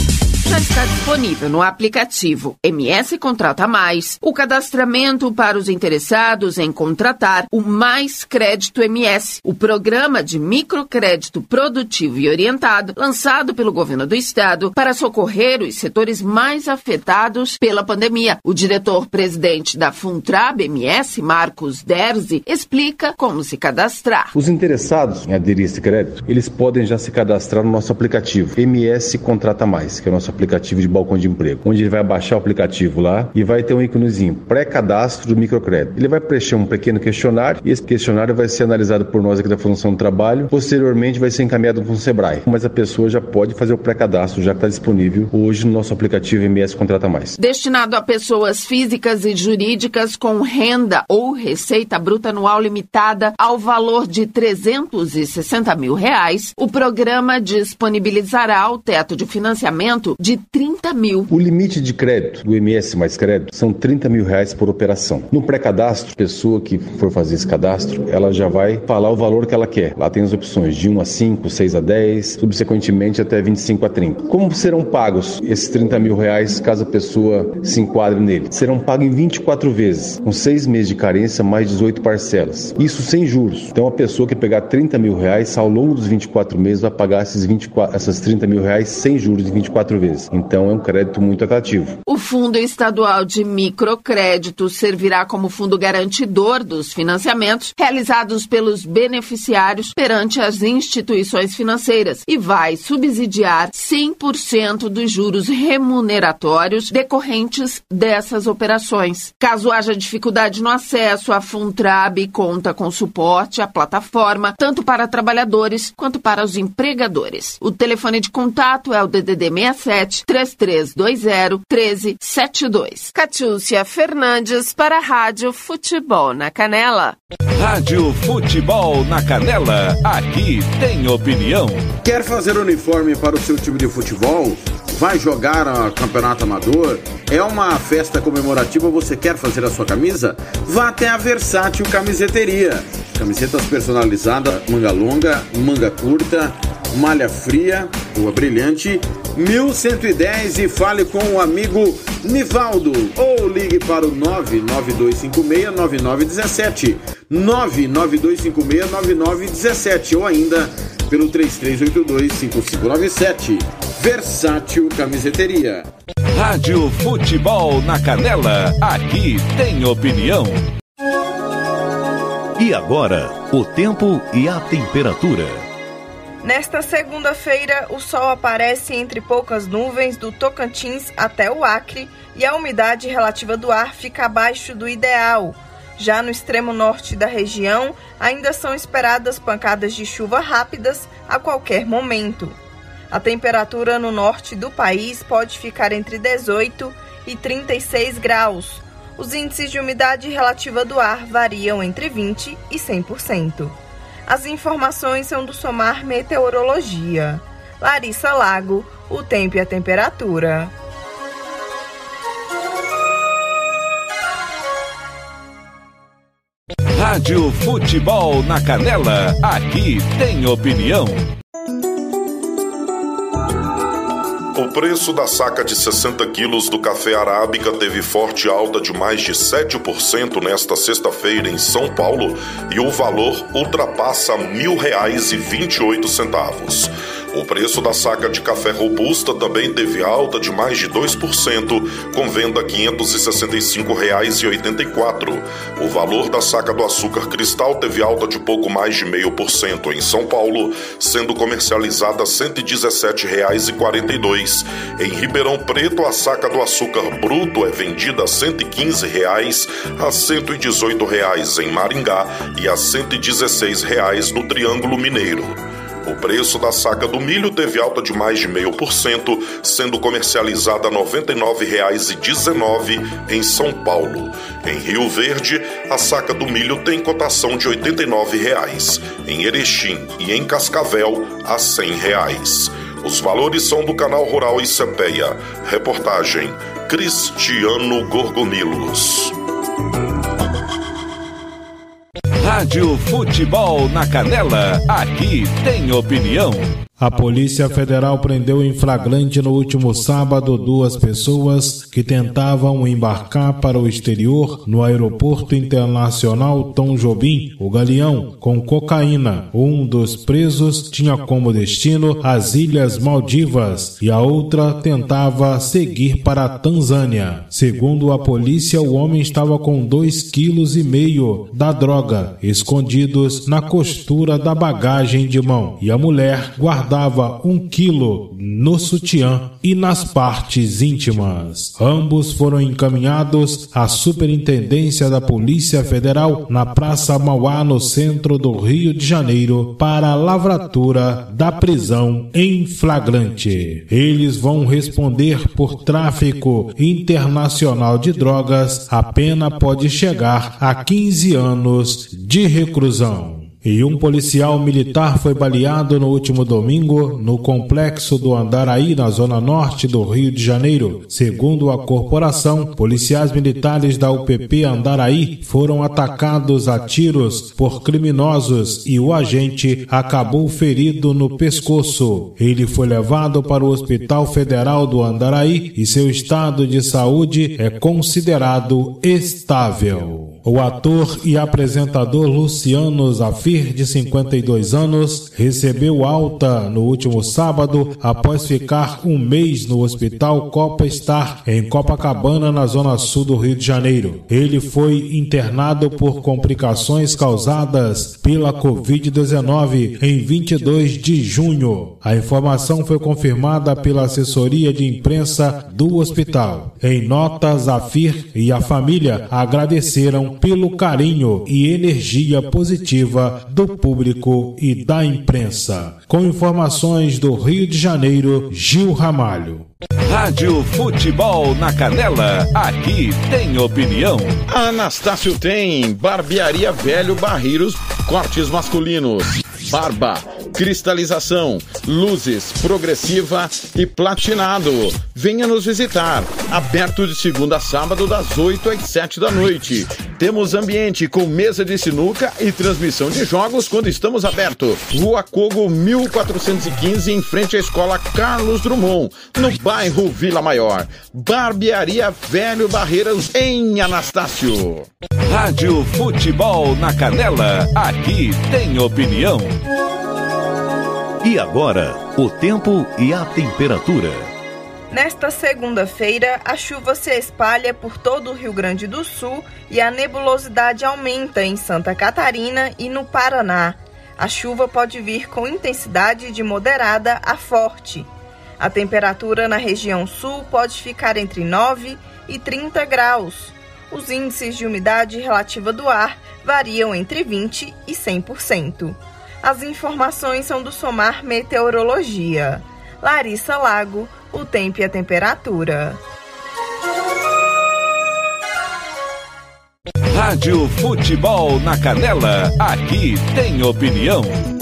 já está disponível no aplicativo M S Contrata Mais o cadastramento para os interessados em contratar o Mais Crédito M S, o programa de microcrédito produtivo e orientado lançado pelo governo do estado para socorrer os setores mais afetados pela pandemia. O diretor-presidente da Funtrab M S, Marcos Derzi, explica como se cadastrar. Os interessados em aderir a esse crédito, eles podem já se cadastrar no nosso aplicativo M S Contrata Mais, que é o nosso aplicativo de balcão de emprego, onde ele vai baixar o aplicativo lá e vai ter um íconezinho, pré-cadastro do microcrédito. Ele vai preencher um pequeno questionário e esse questionário vai ser analisado por nós aqui da Fundação do Trabalho, posteriormente vai ser encaminhado para o Sebrae, mas a pessoa já pode fazer o pré-cadastro, já que está disponível hoje no nosso aplicativo M S Contrata Mais. Destinado a pessoas físicas e jurídicas com renda ou receita bruta anual limitada ao valor de trezentos e sessenta mil reais, o programa disponibilizará o teto de financiamento de trinta mil. O limite de crédito do M S Mais Crédito são trinta mil reais por operação. No pré-cadastro, a pessoa que for fazer esse cadastro, ela já vai falar o valor que ela quer. Lá tem as opções de um a cinco, seis a dez, subsequentemente até vinte e cinco a trinta. Como serão pagos esses trinta mil reais caso a pessoa se enquadre nele? Serão pagos em vinte e quatro vezes, com seis meses de carência mais dezoito parcelas. Isso sem juros. Então a pessoa que pegar trinta mil reais, ao longo dos vinte e quatro meses, vai pagar esses vinte e quatro, essas trinta mil reais sem juros em vinte e quatro vezes. Então é um crédito muito atrativo. O Fundo Estadual de Microcrédito servirá como fundo garantidor dos financiamentos realizados pelos beneficiários perante as instituições financeiras e vai subsidiar cem por cento dos juros remuneratórios decorrentes dessas operações. Caso haja dificuldade no acesso, a Funtrab conta com suporte à plataforma, tanto para trabalhadores quanto para os empregadores. O telefone de contato é o D D D sessenta e sete, três três dois zero, um três sete dois. Catiúcia Fernandes para a Rádio Futebol na Canela. Rádio Futebol na Canela, aqui tem opinião. Quer fazer uniforme para o seu time de futebol? Vai jogar a campeonato amador? É uma festa comemorativa, você quer fazer a sua camisa? Vá até a Versátil Camiseteria. Camisetas personalizadas, manga longa, manga curta, malha fria, rua brilhante, mil cento e dez e fale com o amigo Nivaldo ou ligue para o nove nove dois cinco seis nove nove um sete, nove nove dois cinco seis nove nove um sete ou ainda pelo três três oito dois cinco cinco nove sete. Versátil Camiseteria. Rádio Futebol na Canela, aqui tem opinião. E agora, o tempo e a temperatura. Nesta segunda-feira, o sol aparece entre poucas nuvens do Tocantins até o Acre e a umidade relativa do ar fica abaixo do ideal. Já no extremo norte da região, ainda são esperadas pancadas de chuva rápidas a qualquer momento. A temperatura no norte do país pode ficar entre dezoito e trinta e seis graus. Os índices de umidade relativa do ar variam entre vinte e cem por cento. As informações são do Somar Meteorologia. Larissa Lago, o tempo e a temperatura. Rádio Futebol na Canela, aqui tem opinião. O preço da saca de sessenta quilos do café arábica teve forte alta de mais de sete por cento nesta sexta-feira em São Paulo e o valor ultrapassa mil reais e vinte e oito centavos. O preço da saca de café robusta também teve alta de mais de dois por cento, com venda a quinhentos e sessenta e cinco reais e oitenta e quatro centavos. O valor da saca do açúcar cristal teve alta de pouco mais de zero vírgula cinco por cento em São Paulo, sendo comercializada a cento e dezessete reais e quarenta e dois centavos. Em Ribeirão Preto, a saca do açúcar bruto é vendida a cento e quinze reais, a cento e dezoito reais em Maringá e a cento e dezesseis reais no Triângulo Mineiro. O preço da saca do milho teve alta de mais de zero vírgula cinco por cento, sendo comercializada a noventa e nove reais e dezenove centavos em São Paulo. Em Rio Verde, a saca do milho tem cotação de oitenta e nove reais, em Erechim e em Cascavel a cem reais. Os valores são do Canal Rural e Cepeia. Reportagem Cristiano Gorgomilos. Rádio Futebol na Canela, aqui tem opinião. A Polícia Federal prendeu em flagrante no último sábado duas pessoas que tentavam embarcar para o exterior no Aeroporto Internacional Tom Jobim, o Galeão, com cocaína. Um dos presos tinha como destino as Ilhas Maldivas e a outra tentava seguir para a Tanzânia. Segundo a polícia, o homem estava com dois quilos e meio da droga escondidos na costura da bagagem de mão e a mulher guardava guardava um quilo no sutiã e nas partes íntimas. Ambos foram encaminhados à Superintendência da Polícia Federal na Praça Mauá, no centro do Rio de Janeiro, para a lavratura da prisão em flagrante. Eles vão responder por tráfico internacional de drogas. A pena pode chegar a quinze anos de reclusão. E um policial militar foi baleado no último domingo no complexo do Andaraí, na zona norte do Rio de Janeiro. Segundo a corporação, policiais militares da U P P Andaraí foram atacados a tiros por criminosos e o agente acabou ferido no pescoço. Ele foi levado para o Hospital Federal do Andaraí e seu estado de saúde é considerado estável. O ator e apresentador Luciano Zafir, de cinquenta e dois anos, recebeu alta no último sábado após ficar um mês no Hospital Copa Star, em Copacabana, na zona sul do Rio de Janeiro. Ele foi internado por complicações causadas pela covid dezenove em vinte e dois de junho. A informação foi confirmada pela assessoria de imprensa do hospital. Em nota, Zafir e a família agradeceram pelo carinho e energia positiva do público e da imprensa. Com informações do Rio de Janeiro, Gil Ramalho. Rádio Futebol na Canela, aqui tem opinião. A Anastácio tem Barbearia Velho Barreiros, cortes masculinos, barba, cristalização, luzes, progressiva e platinado. Venha nos visitar. Aberto de segunda a sábado, das oito às sete da noite. Temos ambiente com mesa de sinuca e transmissão de jogos quando estamos abertos. Rua Cogo mil quatrocentos e quinze, em frente à Escola Carlos Drummond, no bairro Vila Maior. Barbearia Velho Barreiros, em Anastácio. Rádio Futebol na Canela, aqui tem opinião. E agora, o tempo e a temperatura. Nesta segunda-feira, a chuva se espalha por todo o Rio Grande do Sul e a nebulosidade aumenta em Santa Catarina e no Paraná. A chuva pode vir com intensidade de moderada a forte. A temperatura na região sul pode ficar entre nove e trinta graus. Os índices de umidade relativa do ar variam entre vinte e cem por cento. As informações são do Somar Meteorologia. Larissa Lago, o tempo e a temperatura. Rádio Futebol na Canela, aqui tem opinião.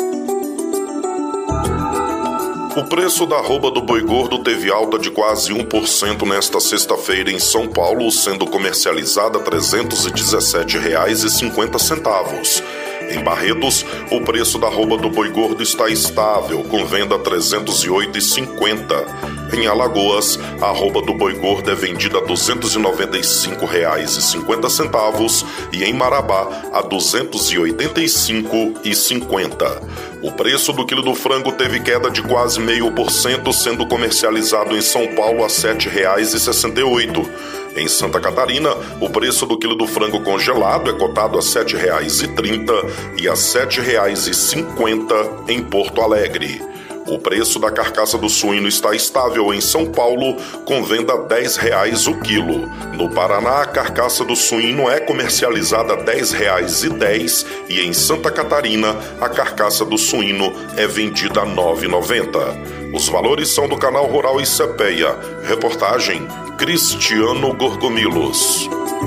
O preço da arroba do boi gordo teve alta de quase um por cento nesta sexta-feira em São Paulo, sendo comercializada a trezentos e dezessete reais e cinquenta centavos. Em Barretos, o preço da arroba do boi gordo está estável, com venda a trezentos e oito reais e cinquenta centavos. Em Alagoas, a arroba do boi gordo é vendida a duzentos e noventa e cinco reais e cinquenta centavos e em Marabá a duzentos e oitenta e cinco reais e cinquenta centavos. O preço do quilo do frango teve queda de quase meio por cento, sendo comercializado em São Paulo a sete reais e sessenta e oito centavos. Em Santa Catarina, o preço do quilo do frango congelado é cotado a sete reais e trinta centavos e a sete reais e cinquenta centavos em Porto Alegre. O preço da carcaça do suíno está estável em São Paulo, com venda a dez reais o quilo. No Paraná, a carcaça do suíno é comercializada a dez reais e dez centavos e em Santa Catarina, a carcaça do suíno é vendida a nove reais e noventa centavos. Os valores são do Canal Rural e Cepeia. Reportagem Cristiano Gorgomilos.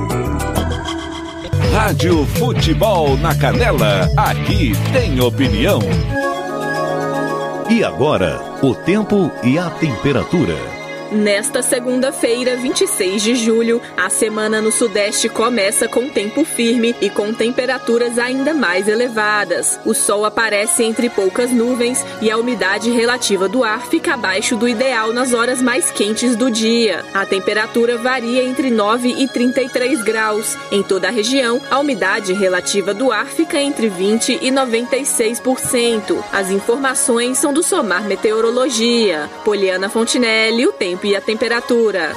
Rádio Futebol na Canela, aqui tem opinião. E agora, o tempo e a temperatura. Nesta segunda-feira, vinte e seis de julho, a semana no Sudeste começa com tempo firme e com temperaturas ainda mais elevadas. O sol aparece entre poucas nuvens e a umidade relativa do ar fica abaixo do ideal nas horas mais quentes do dia. A temperatura varia entre nove e trinta e três graus. Em toda a região, a umidade relativa do ar fica entre vinte e noventa e seis por cento. As informações são do Somar Meteorologia. Poliana Fontinelli, o tempo e a temperatura.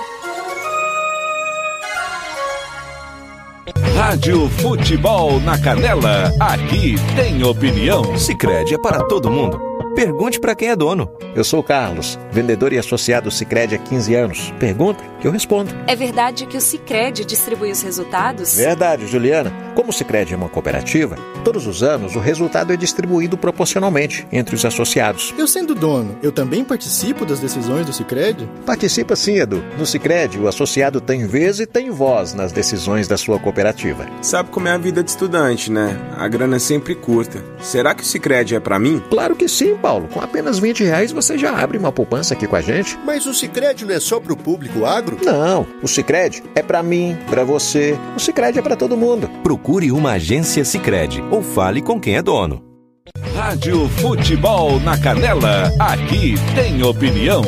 Rádio Futebol na Canela, aqui tem opinião. Sicredi é para todo mundo. Pergunte para quem é dono. Eu sou o Carlos, vendedor e associado Sicredi há quinze anos. Pergunta que eu respondo. É verdade que o Sicredi distribui os resultados? Verdade, Juliana. Como o Sicredi é uma cooperativa, todos os anos o resultado é distribuído proporcionalmente entre os associados. Eu sendo dono, eu também participo das decisões do Sicredi? Participa sim, Edu. No Sicredi, o associado tem vez e tem voz nas decisões da sua cooperativa. Sabe como é a vida de estudante, né? A grana é sempre curta. Será que o Sicredi é pra mim? Claro que sim, Paulo. Com apenas vinte reais você já abre uma poupança aqui com a gente. Mas o Sicredi não é só pro público agro? Não, o Sicredi é pra mim, pra você. O Sicredi é pra todo mundo. Procure uma agência Sicredi ou fale com quem é dono. Rádio Futebol na Canela, aqui tem opinião.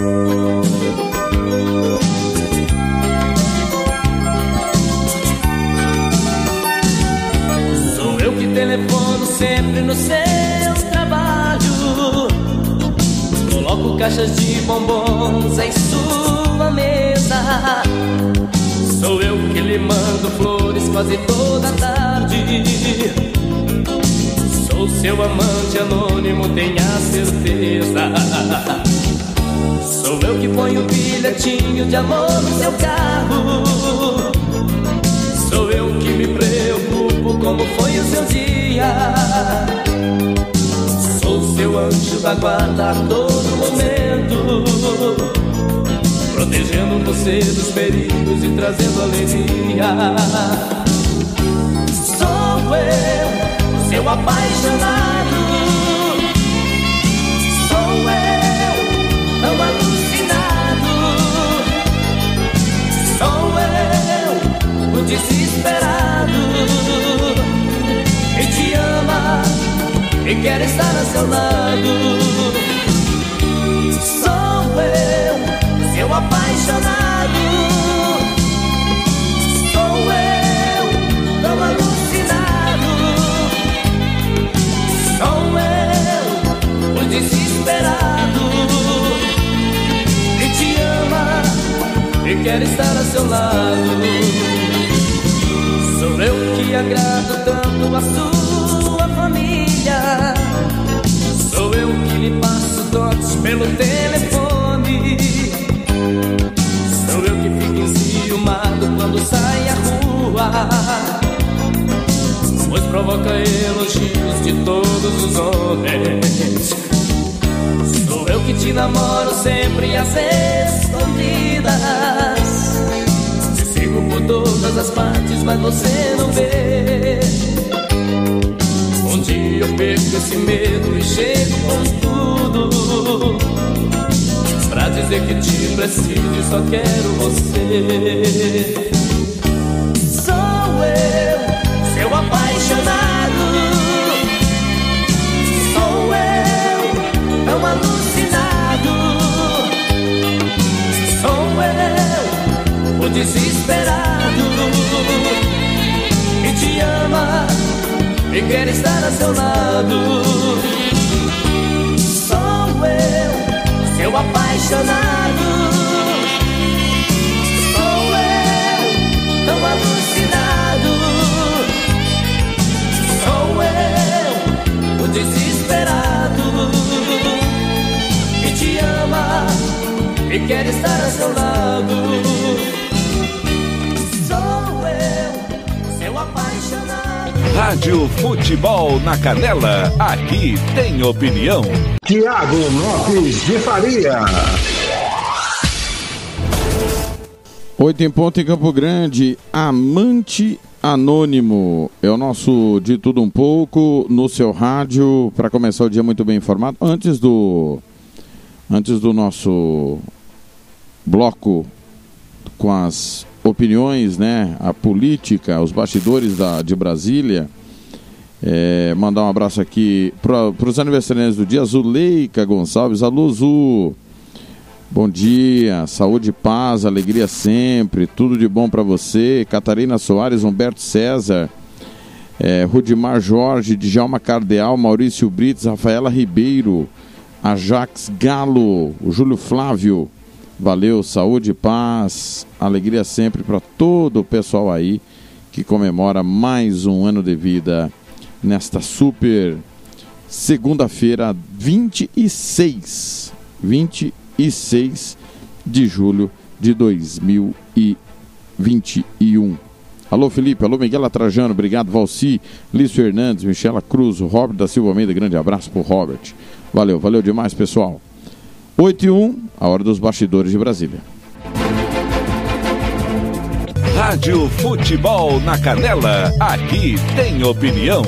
Sou eu que telefono sempre no seu trabalho. Coloco caixas de bombons em sua mesa. Sou eu que lhe mando flores quase toda tarde. Sou seu amante anônimo, tenha certeza. Sou eu que ponho bilhetinho de amor no seu carro. Sou eu que me preocupo como foi o seu dia. Sou seu anjo da guarda a todo momento, protegendo você dos perigos e trazendo alegria. Sou eu, seu apaixonado. Sou eu, tão alucinado. Sou eu, o desesperado, que te ama e quer estar a seu lado. Sou eu, seu apaixonado. Sou eu, tão alucinado. Sou eu, o desesperado, que te ama e quer estar a seu lado. Sou eu que agrado tanto a sua família. Sou eu que lhe passo toques pelo telefone. Sou eu que fico enciumado quando sai à rua, pois provoca elogios de todos os homens. Sou eu que te namoro sempre às escondidas. Te sigo por todas as partes, mas você não vê. Um dia eu perco esse medo e chego com tudo pra dizer que te preciso e só quero você. Sou eu, seu apaixonado. Sou eu, tão alucinado. Sou eu, o desesperado, que te ama e quer estar a seu lado. Sou eu, seu apaixonado. Sou eu, tão alucinado. Sou eu, o desesperado, que te ama e quer estar a seu lado. Sou eu, seu apaixonado. Rádio Futebol na Canela, aqui tem opinião. Tiago Lopes de Faria. Oito em ponto em Campo Grande, Amante Anônimo. É o nosso De Tudo Um Pouco no seu rádio, para começar o dia muito bem informado. Antes do, antes do nosso bloco com as opiniões, né, a política, os bastidores da, de Brasília. É, mandar um abraço aqui para os aniversariantes do dia. Zuleika Gonçalves, alô Zu, bom dia, saúde, paz, alegria sempre, tudo de bom para você. Catarina Soares, Humberto César, é, Rudimar Jorge, Djalma Cardeal, Maurício Brites, Rafaela Ribeiro, Ajax Galo, o Júlio Flávio, valeu, saúde, paz, alegria sempre para todo o pessoal aí que comemora mais um ano de vida nesta super segunda-feira, vinte e seis de julho de dois mil e vinte e um. Alô Felipe, alô Miguel Atrajano, obrigado Valci, Lício Hernandes, Michela Cruz, o Robert da Silva Almeida, grande abraço pro Robert. Valeu, valeu demais, pessoal. oito e um, a hora dos bastidores de Brasília. Rádio Futebol na Canela, aqui tem opinião.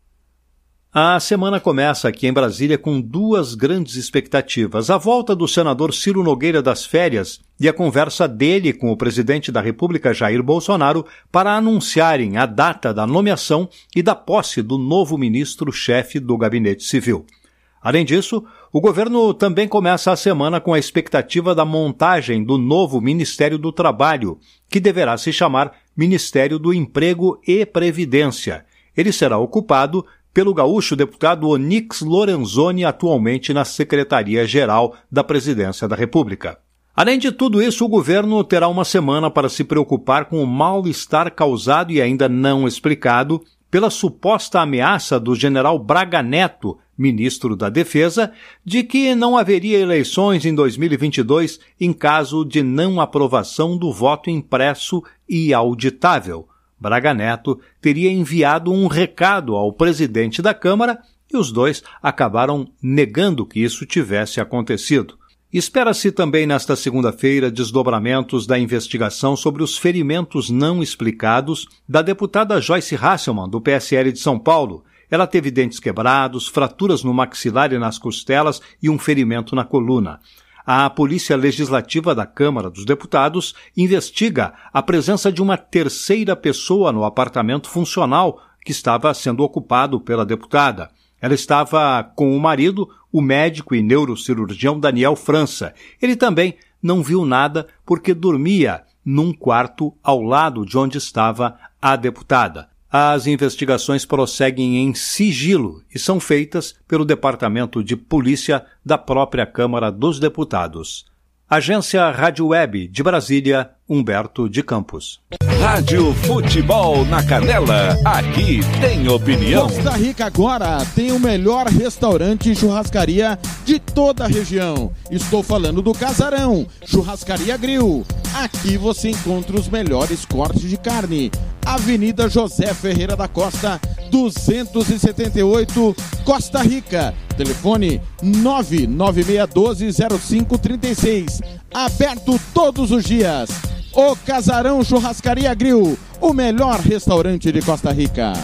A semana começa aqui em Brasília com duas grandes expectativas. A volta do senador Ciro Nogueira das férias e a conversa dele com o presidente da República, Jair Bolsonaro, para anunciarem a data da nomeação e da posse do novo ministro-chefe do Gabinete Civil. Além disso, o governo também começa a semana com a expectativa da montagem do novo Ministério do Trabalho, que deverá se chamar Ministério do Emprego e Previdência. Ele será ocupado pelo gaúcho deputado Onyx Lorenzoni, atualmente na Secretaria-Geral da Presidência da República. Além de tudo isso, o governo terá uma semana para se preocupar com o mal-estar causado e ainda não explicado pela suposta ameaça do general Braga Neto, ministro da Defesa, de que não haveria eleições em dois mil e vinte e dois em caso de não aprovação do voto impresso e auditável. Braga Neto teria enviado um recado ao presidente da Câmara e os dois acabaram negando que isso tivesse acontecido. Espera-se também nesta segunda-feira desdobramentos da investigação sobre os ferimentos não explicados da deputada Joyce Hasselmann, do P S L de São Paulo. Ela teve dentes quebrados, fraturas no maxilar e nas costelas e um ferimento na coluna. A Polícia Legislativa da Câmara dos Deputados investiga a presença de uma terceira pessoa no apartamento funcional que estava sendo ocupado pela deputada. Ela estava com o marido, o médico e neurocirurgião Daniel França. Ele também não viu nada porque dormia num quarto ao lado de onde estava a deputada. As investigações prosseguem em sigilo e são feitas pelo Departamento de Polícia da própria Câmara dos Deputados. Agência Rádio Web de Brasília, Humberto de Campos. Rádio Futebol na Canela, aqui tem opinião. Costa Rica agora tem o melhor restaurante e churrascaria de toda a região. Estou falando do Casarão, Churrascaria Grill. Aqui você encontra os melhores cortes de carne. Avenida José Ferreira da Costa, duzentos e setenta e oito, Costa Rica. Telefone nove nove seis um dois zero cinco três seis. Aberto todos os dias. O Casarão Churrascaria Grill, o melhor restaurante de Costa Rica.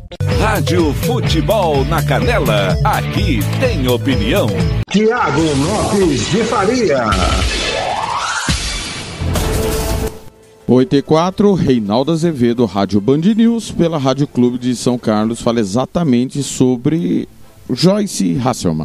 Rádio Futebol na Canela, aqui tem opinião. Tiago Lopes de Faria. oito e quatro, Reinaldo Azevedo, Rádio Band News, pela Rádio Clube de São Carlos, fala exatamente sobre Joyce Hasselmann.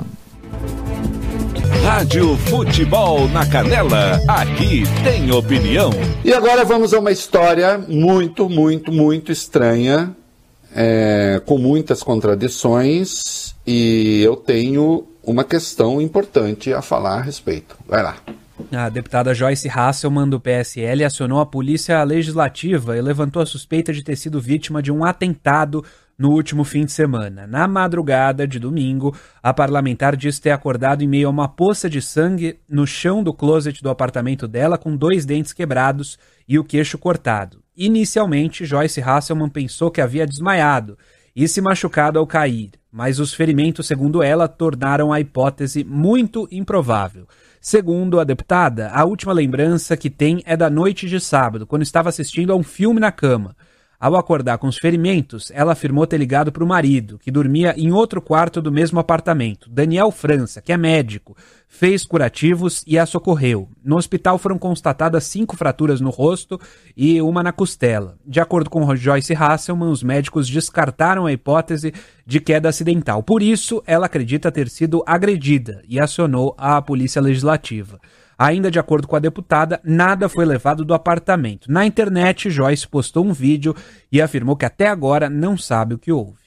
Rádio Futebol na Canela, aqui tem opinião. E agora vamos a uma história muito, muito, muito estranha, é, com muitas contradições, e eu tenho uma questão importante a falar a respeito. Vai lá. A deputada Joyce Hasselmann, do P S L, acionou a Polícia Legislativa e levantou a suspeita de ter sido vítima de um atentado no último fim de semana. Na madrugada de domingo, a parlamentar disse ter acordado em meio a uma poça de sangue no chão do closet do apartamento dela, com dois dentes quebrados e o queixo cortado. Inicialmente, Joyce Hasselmann pensou que havia desmaiado e se machucado ao cair, mas os ferimentos, segundo ela, tornaram a hipótese muito improvável. Segundo a deputada, a última lembrança que tem é da noite de sábado, quando estava assistindo a um filme na cama. Ao acordar com os ferimentos, ela afirmou ter ligado para o marido, que dormia em outro quarto do mesmo apartamento. Daniel França, que é médico, fez curativos e a socorreu. No hospital foram constatadas cinco fraturas no rosto e uma na costela. De acordo com Joyce Hasselman, os médicos descartaram a hipótese de queda acidental. Por isso, ela acredita ter sido agredida e acionou a Polícia Legislativa. Ainda de acordo com a deputada, nada foi levado do apartamento. Na internet, Joyce postou um vídeo e afirmou que até agora não sabe o que houve.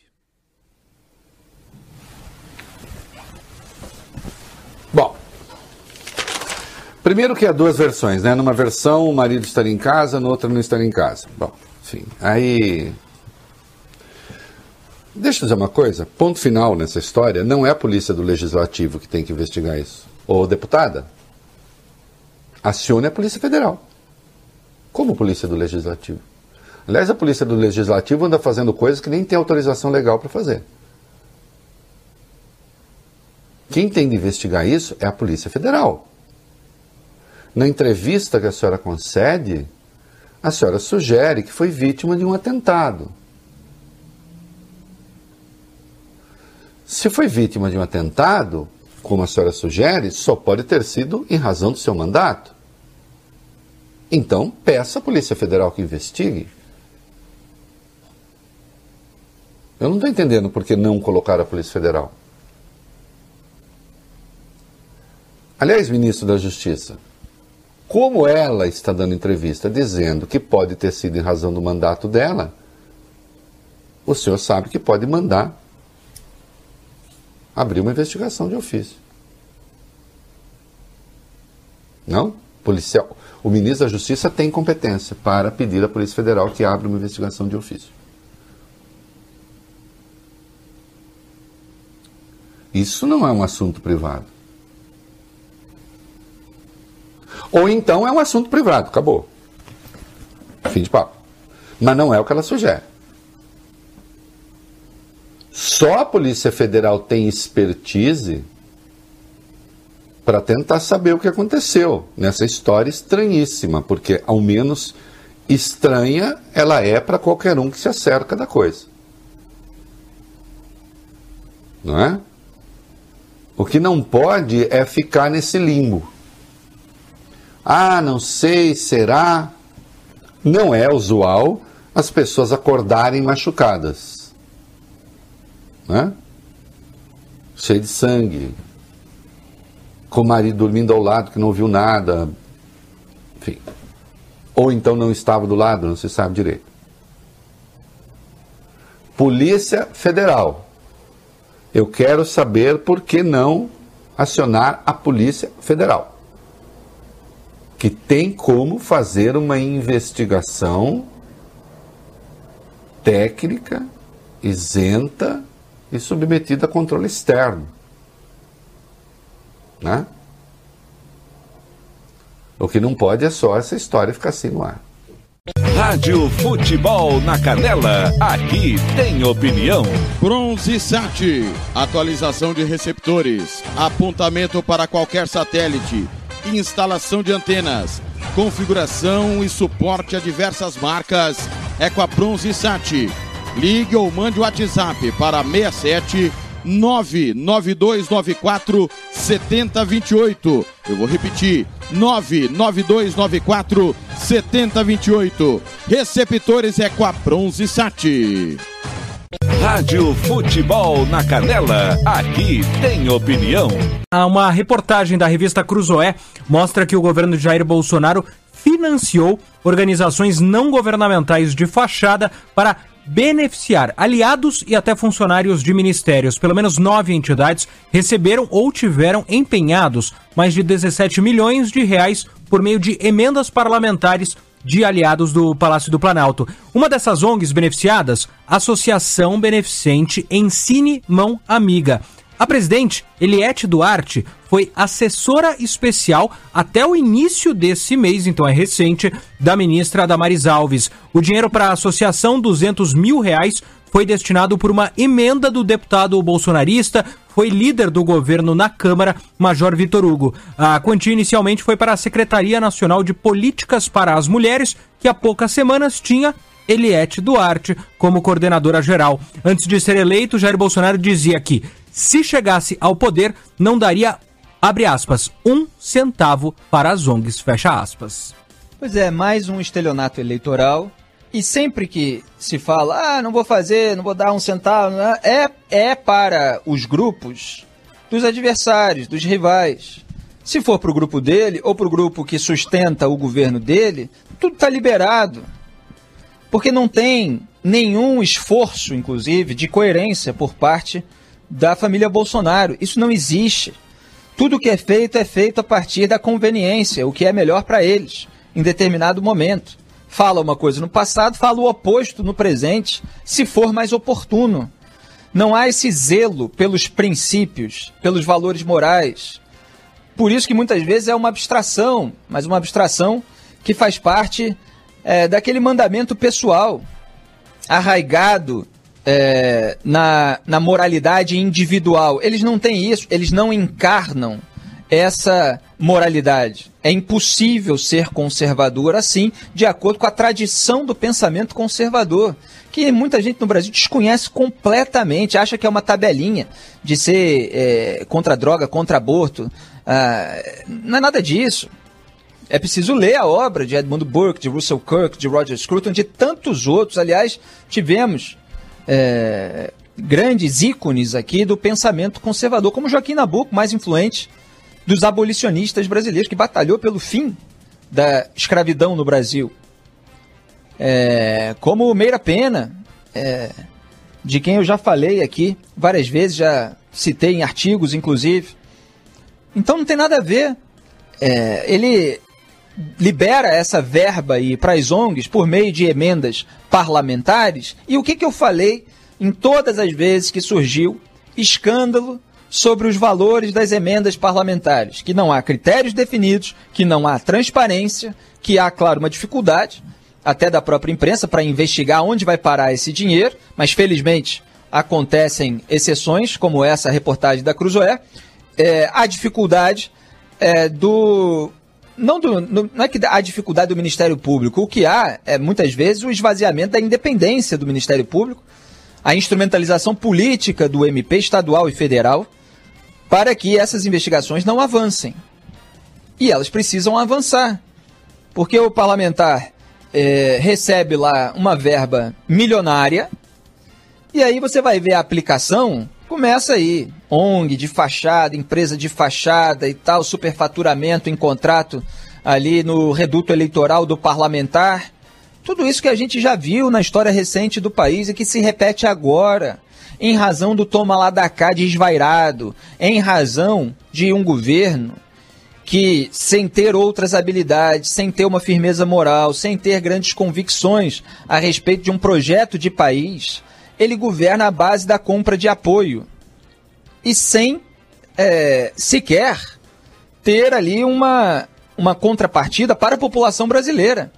Bom, primeiro que há duas versões, né? Numa versão o marido estaria em casa, na outra não estaria em casa. Bom, enfim, aí... Deixa eu dizer uma coisa, ponto final nessa história, não é a polícia do Legislativo que tem que investigar isso. Ô, deputada, acione a Polícia Federal. Como polícia do Legislativo? Aliás, a polícia do Legislativo anda fazendo coisas que nem tem autorização legal para fazer. Quem tem de investigar isso é a Polícia Federal. Na entrevista que a senhora concede, a senhora sugere que foi vítima de um atentado. Se foi vítima de um atentado, como a senhora sugere, só pode ter sido em razão do seu mandato. Então, peça à Polícia Federal que investigue. Eu não estou entendendo por que não colocar a Polícia Federal. Aliás, ministro da Justiça, como ela está dando entrevista dizendo que pode ter sido em razão do mandato dela, o senhor sabe que pode mandar abrir uma investigação de ofício. Não? Policial. O ministro da Justiça tem competência para pedir à Polícia Federal que abra uma investigação de ofício. Isso não é um assunto privado. Ou então é um assunto privado, acabou. Fim de papo. Mas não é o que ela sugere. Só a Polícia Federal tem expertise para tentar saber o que aconteceu nessa história estranhíssima, porque ao menos estranha ela é para qualquer um que se acerca da coisa. Não é? O que não pode é ficar nesse limbo. Ah, não sei, será? Não é usual as pessoas acordarem machucadas. Né? Cheio de sangue, com o marido dormindo ao lado que não viu nada, enfim. Ou então não estava do lado, não se sabe direito. Polícia Federal. Eu quero saber por que não acionar a Polícia Federal, que tem como fazer uma investigação técnica, isenta e submetida a controle externo. Né? O que não pode é só essa história ficar assim no ar. Rádio Futebol na Canela, aqui tem opinião. Bronze Sat, atualização de receptores, apontamento para qualquer satélite, instalação de antenas, configuração e suporte a diversas marcas, é com a Bronze Sat. Ligue ou mande o WhatsApp para seis sete nove nove dois nove quatro sete zero dois oito. Eu vou repetir, nove nove dois nove quatro sete zero dois oito. Receptores é com a Bronze Sat. Rádio Futebol na Canela, aqui tem opinião. Uma reportagem da revista Cruzoé mostra que o governo de Jair Bolsonaro financiou organizações não governamentais de fachada para beneficiar aliados e até funcionários de ministérios. Pelo menos nove entidades receberam ou tiveram empenhados mais de dezessete milhões de reais por meio de emendas parlamentares de aliados do Palácio do Planalto. Uma dessas O N Gs beneficiadas, Associação Beneficente Ensine Mão Amiga. A presidente, Eliette Duarte, foi assessora especial até o início desse mês, então é recente, da ministra Damares Alves. O dinheiro para a associação, duzentos mil reais, foi destinado por uma emenda do deputado bolsonarista, foi líder do governo na Câmara, Major Vitor Hugo. A quantia inicialmente foi para a Secretaria Nacional de Políticas para as Mulheres, que há poucas semanas tinha Eliette Duarte como coordenadora geral. Antes de ser eleito, Jair Bolsonaro dizia que, se chegasse ao poder, não daria, abre aspas, um centavo para as O N Gs, fecha aspas. Pois é, mais um estelionato eleitoral. E sempre que se fala, ah, não vou fazer, não vou dar um centavo, é, é para os grupos dos adversários, dos rivais. Se for para o grupo dele ou para o grupo que sustenta o governo dele, tudo está liberado. Porque não tem nenhum esforço, inclusive, de coerência por parte da família Bolsonaro. Isso não existe. Tudo que é feito é feito a partir da conveniência, o que é melhor para eles, em determinado momento. Fala uma coisa no passado, fala o oposto no presente, se for mais oportuno. Não há esse zelo pelos princípios, pelos valores morais. Por isso que muitas vezes é uma abstração, mas uma abstração que faz parte é, daquele mandamento pessoal, arraigado é, na, na moralidade individual. Eles não têm isso, eles não encarnam essa moralidade. É impossível ser conservador assim, de acordo com a tradição do pensamento conservador, que muita gente no Brasil desconhece completamente, acha que é uma tabelinha de ser é, contra a droga, contra aborto. Ah, não é nada disso. É preciso ler a obra de Edmund Burke, de Russell Kirk, de Roger Scruton, de tantos outros. Aliás, tivemos é, grandes ícones aqui do pensamento conservador, como Joaquim Nabuco, mais influente dos abolicionistas brasileiros, que batalhou pelo fim da escravidão no Brasil. É, como Meira Pena, é, de quem eu já falei aqui várias vezes, já citei em artigos, inclusive. Então não tem nada a ver. É, ele libera essa verba aí para as O N Gs por meio de emendas parlamentares. E o que, que eu falei em todas as vezes que surgiu escândalo sobre os valores das emendas parlamentares? Que não há critérios definidos, que não há transparência, que há, claro, uma dificuldade, até da própria imprensa, para investigar onde vai parar esse dinheiro, mas felizmente acontecem exceções, como essa reportagem da Cruzoé. É, a dificuldade é, do... Não, do, não é que há dificuldade do Ministério Público, o que há é, muitas vezes, o esvaziamento da independência do Ministério Público, a instrumentalização política do M P estadual e federal, para que essas investigações não avancem. E elas precisam avançar, porque o parlamentar é, recebe lá uma verba milionária, e aí você vai ver a aplicação, começa aí, O N G de fachada, empresa de fachada e tal, superfaturamento em contrato ali no reduto eleitoral do parlamentar. Tudo isso que a gente já viu na história recente do país e que se repete agora, em razão do toma lá da cá desvairado, em razão de um governo que, sem ter outras habilidades, sem ter uma firmeza moral, sem ter grandes convicções a respeito de um projeto de país, ele governa à base da compra de apoio e sem é, sequer ter ali uma, uma contrapartida para a população brasileira.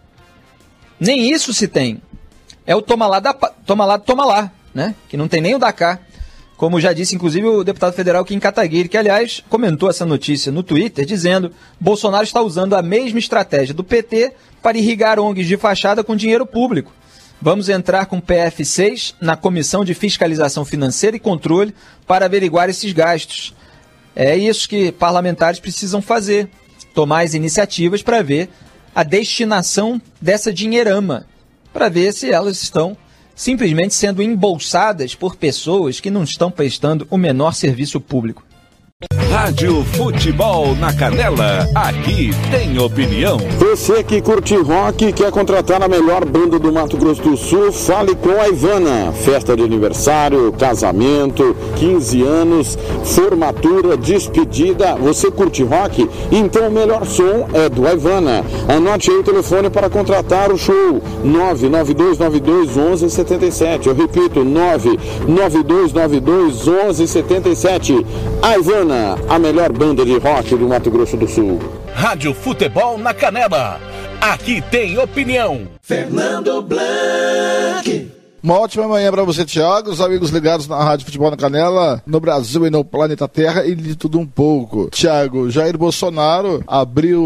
Nem isso se tem. É o toma lá, da, toma lá, toma lá, né? Que não tem nem o da cá. Como já disse, inclusive, o deputado federal Kim Kataguiri, que, aliás, comentou essa notícia no Twitter, dizendo: Bolsonaro está usando a mesma estratégia do P T para irrigar O N Gs de fachada com dinheiro público. Vamos entrar com o P F seis na Comissão de Fiscalização Financeira e Controle para averiguar esses gastos. É isso que parlamentares precisam fazer, tomar as iniciativas para ver a destinação dessa dinheirama, para ver se elas estão simplesmente sendo embolsadas por pessoas que não estão prestando o menor serviço público. Rádio Futebol na Canela, aqui tem opinião. Você que curte rock e quer contratar a melhor banda do Mato Grosso do Sul, fale com a Ivana. Festa de aniversário, casamento, quinze anos, formatura, despedida. Você curte rock? Então o melhor som é do Ivana. Anote aí o telefone para contratar o show: nove nove dois nove dois um um sete sete. Eu repito, nove nove dois nove dois um um sete sete. A Ivana, a melhor banda de rock do Mato Grosso do Sul. Rádio Futebol na Canela, aqui tem opinião. Fernando Blanc. Uma ótima manhã para você, Thiago, os amigos ligados na Rádio Futebol na Canela, no Brasil e no planeta Terra e de tudo um pouco. Thiago, Jair Bolsonaro abriu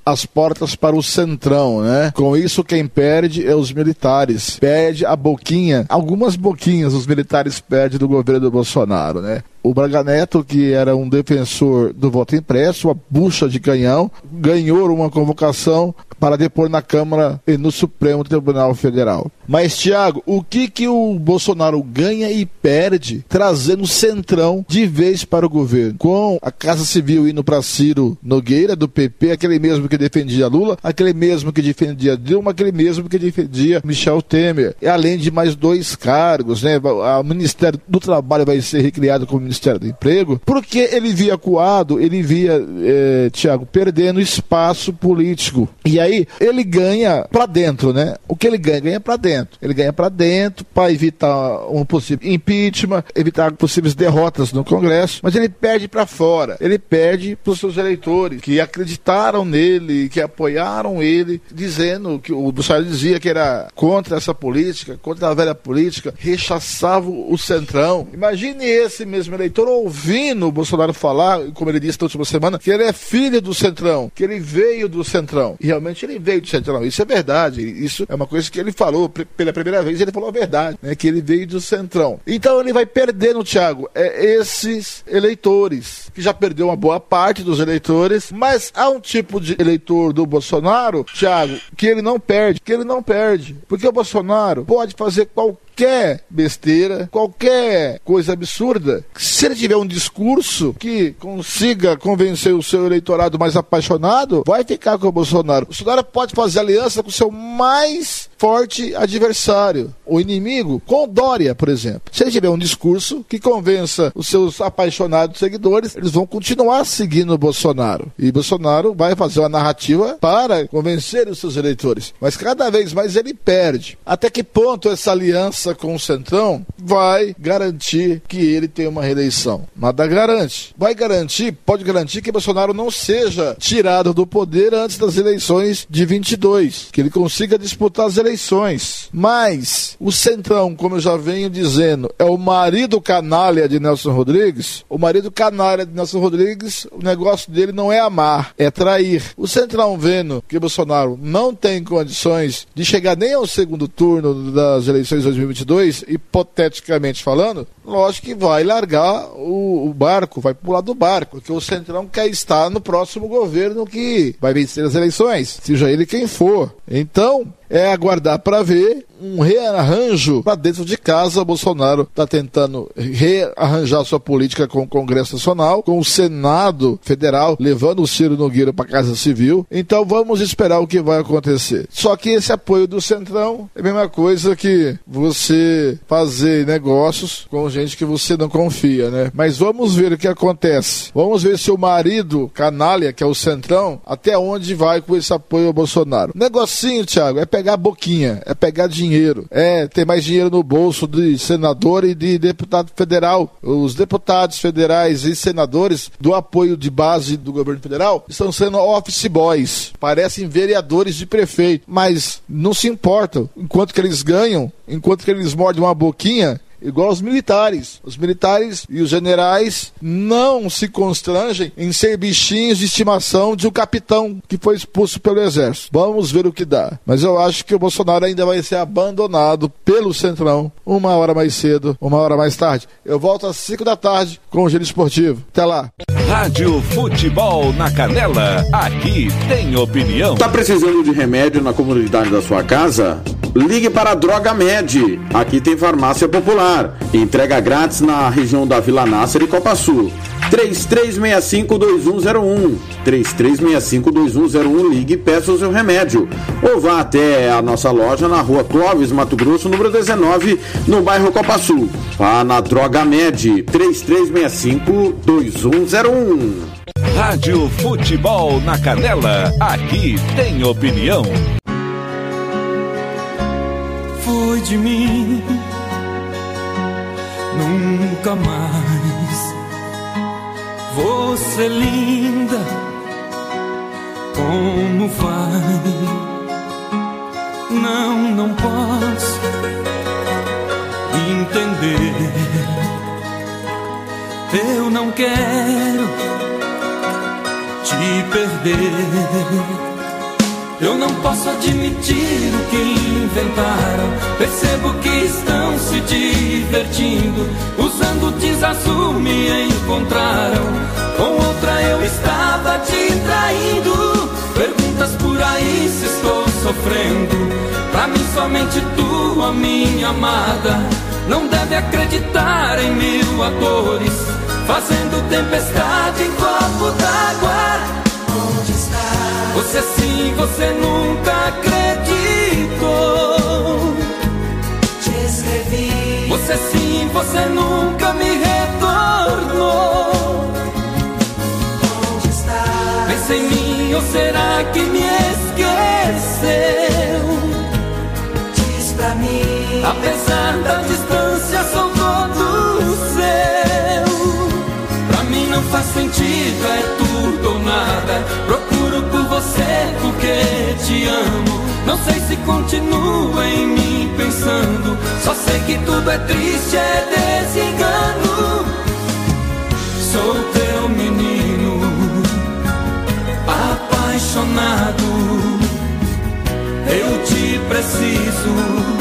as portas para o Centrão, né? Com isso, quem perde é os militares. Perde a boquinha, algumas boquinhas os militares perdem do governo do Bolsonaro, né? O Braga Neto, que era um defensor do voto impresso, a bucha de canhão, ganhou uma convocação para depor na Câmara e no Supremo Tribunal Federal. Mas, Tiago, o que que o Bolsonaro ganha e perde trazendo o Centrão de vez para o governo? Com a Casa Civil indo para Ciro Nogueira, do P P, aquele mesmo que defendia Lula, aquele mesmo que defendia Dilma, aquele mesmo que defendia Michel Temer. E além de mais dois cargos, né? O Ministério do Trabalho vai ser recriado como Ministério do Emprego, porque ele via acuado, ele via, é, Tiago, perdendo espaço político. E aí, ele ganha pra dentro, né? O que ele ganha? Ganha pra dentro. Ele ganha pra dentro para evitar um possível impeachment, evitar possíveis derrotas no Congresso, mas ele perde pra fora. Ele perde pros seus eleitores, que acreditaram nele, que apoiaram ele, dizendo que o Bolsonaro dizia que era contra essa política, contra a velha política, rechaçava o Centrão. Imagine esse mesmo eleitor ouvindo o Bolsonaro falar, como ele disse na última semana, que ele é filho do Centrão, que ele veio do Centrão. E realmente ele veio do Centrão. Isso é verdade. Isso é uma coisa que ele falou pela primeira vez, ele falou a verdade, né? Que ele veio do Centrão. Então ele vai perdendo, Thiago, é, esses eleitores, que já perdeu uma boa parte dos eleitores, mas há um tipo de eleitor do Bolsonaro, Thiago, que ele não perde, que ele não perde. Porque o Bolsonaro pode fazer qualquer qualquer besteira, qualquer coisa absurda, se ele tiver um discurso que consiga convencer o seu eleitorado mais apaixonado, vai ficar com o Bolsonaro. O Bolsonaro pode fazer aliança com o seu mais forte adversário, o inimigo, com Dória, por exemplo. Se ele tiver um discurso que convença os seus apaixonados seguidores, eles vão continuar seguindo o Bolsonaro. E Bolsonaro vai fazer uma narrativa para convencer os seus eleitores. Mas cada vez mais ele perde. Até que ponto essa aliança com o Centrão vai garantir que ele tenha uma reeleição? Nada garante. Vai garantir, pode garantir que Bolsonaro não seja tirado do poder antes das eleições de vinte e dois, que ele consiga disputar as eleições. Mas o Centrão, como eu já venho dizendo, é o marido canalha de Nelson Rodrigues. O marido canalha de Nelson Rodrigues, o negócio dele não é amar, é trair. O Centrão, vendo que Bolsonaro não tem condições de chegar nem ao segundo turno das eleições de dois mil e vinte e dois, hipoteticamente falando, lógico que vai largar o, o barco, vai pular do barco, porque o Centrão quer estar no próximo governo que vai vencer as eleições, seja ele quem for. Então, é aguardar para ver um rearranjo para dentro de casa. O Bolsonaro está tentando rearranjar sua política com o Congresso Nacional, com o Senado Federal, levando o Ciro Nogueira para a Casa Civil. Então vamos esperar o que vai acontecer. Só que esse apoio do Centrão é a mesma coisa que você fazer negócios com gente que você não confia, né? Mas vamos ver o que acontece. Vamos ver se o marido canalha, que é o Centrão, até onde vai com esse apoio ao Bolsonaro. Negocinho, Thiago, é pegar boquinha, é pegar dinheiro, é ter mais dinheiro no bolso de senador e de deputado federal. Os deputados federais e senadores do apoio de base do governo federal estão sendo office boys, parecem vereadores de prefeito, mas não se importam. Enquanto que eles ganham, enquanto que eles mordem uma boquinha, igual os militares. Os militares e os generais não se constrangem em ser bichinhos de estimação de um capitão que foi expulso pelo exército. Vamos ver o que dá. Mas eu acho que o Bolsonaro ainda vai ser abandonado pelo Centrão uma hora mais cedo, uma hora mais tarde. Eu volto às cinco da tarde com o Giro Esportivo. Até lá. Rádio Futebol na Canela. Aqui tem opinião. Tá precisando de remédio na comunidade da sua casa? Ligue para a Droga Med. Aqui tem farmácia popular. Entrega grátis na região da Vila Nácer e Copa Sul. três três seis cinco, dois um zero um. três três seis cinco, dois um zero um. Ligue e peça o seu remédio. Ou vá até a nossa loja na rua Clóvis, Mato Grosso, número dezenove, no bairro Copa Sul. Vá na Droga Med. três três seis cinco, dois um zero um. Rádio Futebol na Canela. Aqui tem opinião. Foi de mim nunca mais. Você linda, como vai? Não, não posso entender. Eu não quero te perder. Eu não posso admitir o que inventaram. Percebo que estão se divertindo. Usando jeans azul me encontraram. Com outra eu estava te traindo. Perguntas por aí se estou sofrendo. Pra mim somente tu, a minha amada. Não deve acreditar em mil atores fazendo tempestade em copo d'água. Onde está? Você sim, você nunca acreditou. Te escrevi. Você sim, você nunca me retornou. Onde está? Pensa em mim ou será que me esqueceu? Diz pra mim. Apesar da distância sou todo seu. Pra mim não faz sentido, é tudo ou nada. Procuro por você porque te amo. Não sei se continua em mim pensando. Só sei que tudo é triste, é desengano. Sou teu menino apaixonado. Eu te preciso.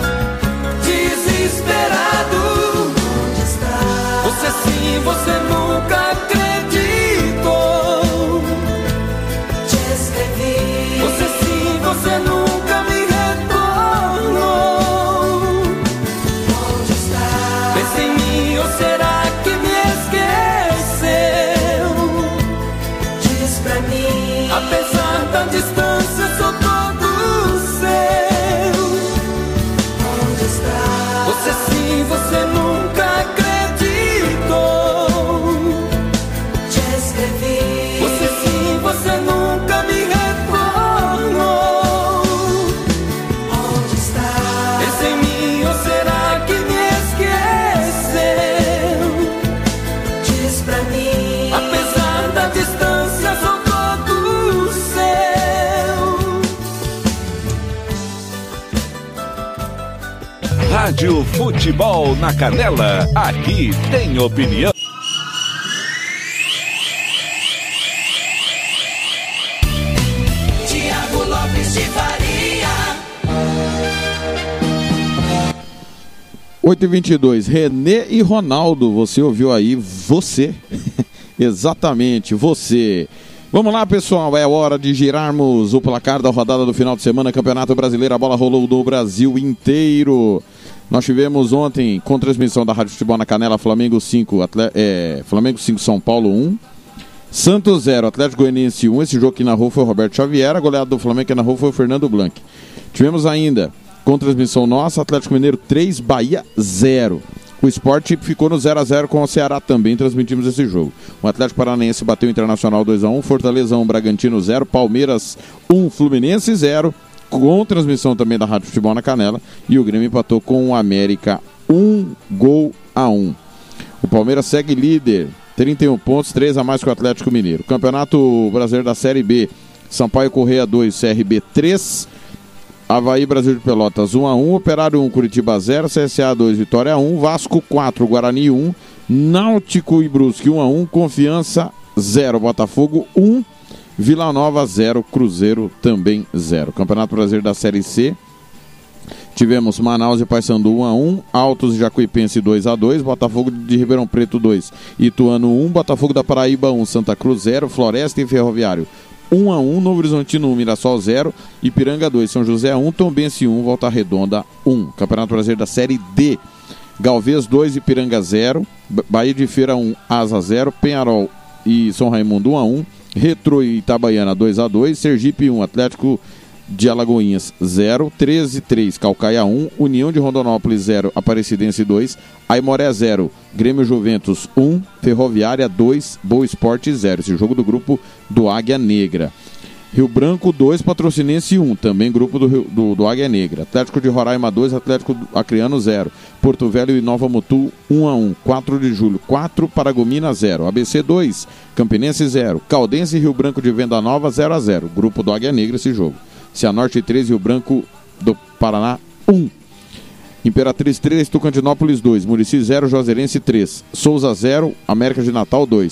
Desesperado. Onde está? Você sim, você nunca acreditou. Te escrevi. Você sim, você nunca me retornou. Onde está? Pensa em mim ou será que me esqueceu? Diz pra mim. Apesar da distância sou todo seu. Onde está? Você sim, você nunca acreditou. Te escrevi. Você sim, você nunca me retornou. Onde está? Pensa em mim ou será que me esqueceu? Diz pra mim. Apesar da distância sou todo seu. Rádio Futebol na Canela, aqui tem opinião. Tiago Lopes de Faria. oito e vinte e dois, René e Ronaldo, você ouviu aí, você, exatamente, você. Vamos lá, pessoal, é hora de girarmos o placar da rodada do final de semana, Campeonato Brasileiro, a bola rolou do Brasil inteiro. Nós tivemos ontem, com transmissão da Rádio Futebol na Canela, Flamengo cinco, Atle- é, Flamengo cinco, São Paulo um, Santos zero, Atlético Goianiense um, esse jogo que narrou foi o Roberto Xavier, a goleada do Flamengo que narrou foi o Fernando Blanc. Tivemos ainda, com transmissão nossa, Atlético Mineiro três, Bahia zero. O Sport ficou no zero a zero com o Ceará também, transmitimos esse jogo. O Atlético Paranaense bateu o Internacional dois a um, Fortaleza um, Bragantino zero, Palmeiras um, Fluminense zero, com transmissão também da Rádio Futebol na Canela, e o Grêmio empatou com o América um gol a um. O Palmeiras segue líder, trinta e um pontos, três a mais que o Atlético Mineiro. Campeonato Brasileiro da Série B, Sampaio Correia dois, C R B três, Avaí Brasil de Pelotas um a um, Operário um, Curitiba zero, C S A dois, Vitória um, Vasco quatro, Guarani um, Náutico e Brusque um a um, Confiança zero, Botafogo um, Vila Nova zero, Cruzeiro também zero. Campeonato Brasileiro da Série C, tivemos Manaus e Paysandu um a um, Altos e Jacuipense dois a dois, Botafogo de Ribeirão Preto dois, Ituano um, Botafogo da Paraíba um, Santa Cruz zero, Floresta e Ferroviário um a um, Novo Horizontino um, Mirassol zero, Ipiranga dois, São José um, Tombense um, Volta Redonda um. Campeonato Brasileiro da Série D, Galvez dois, Ipiranga zero, Bahia de Feira um, Asa zero, Penharol e São Raimundo um a um, Retrô e Itabaiana dois a dois, Sergipe um, Atlético de Alagoinhas zero, treze três, Calcaia um, União de Rondonópolis zero, Aparecidense dois, Aimoré zero, Grêmio Juventus um, Ferroviária dois, Boa Esporte zero. Esse jogo do grupo do Águia Negra. Rio Branco dois, Patrocinense um, também grupo do, do, do Águia Negra. Atlético de Roraima dois, Atlético Acreano zero, Porto Velho e Nova Mutum um a um, quatro de julho quatro, Paragominas zero, A B C dois, Campinense zero, Caldense e Rio Branco de Venda Nova zero a zero, grupo do Águia Negra esse jogo. Cianorte três, Rio Branco do Paraná um, Imperatriz três, Tocantinópolis dois, Murici zero, Juazeirense três, Souza zero, América de Natal dois,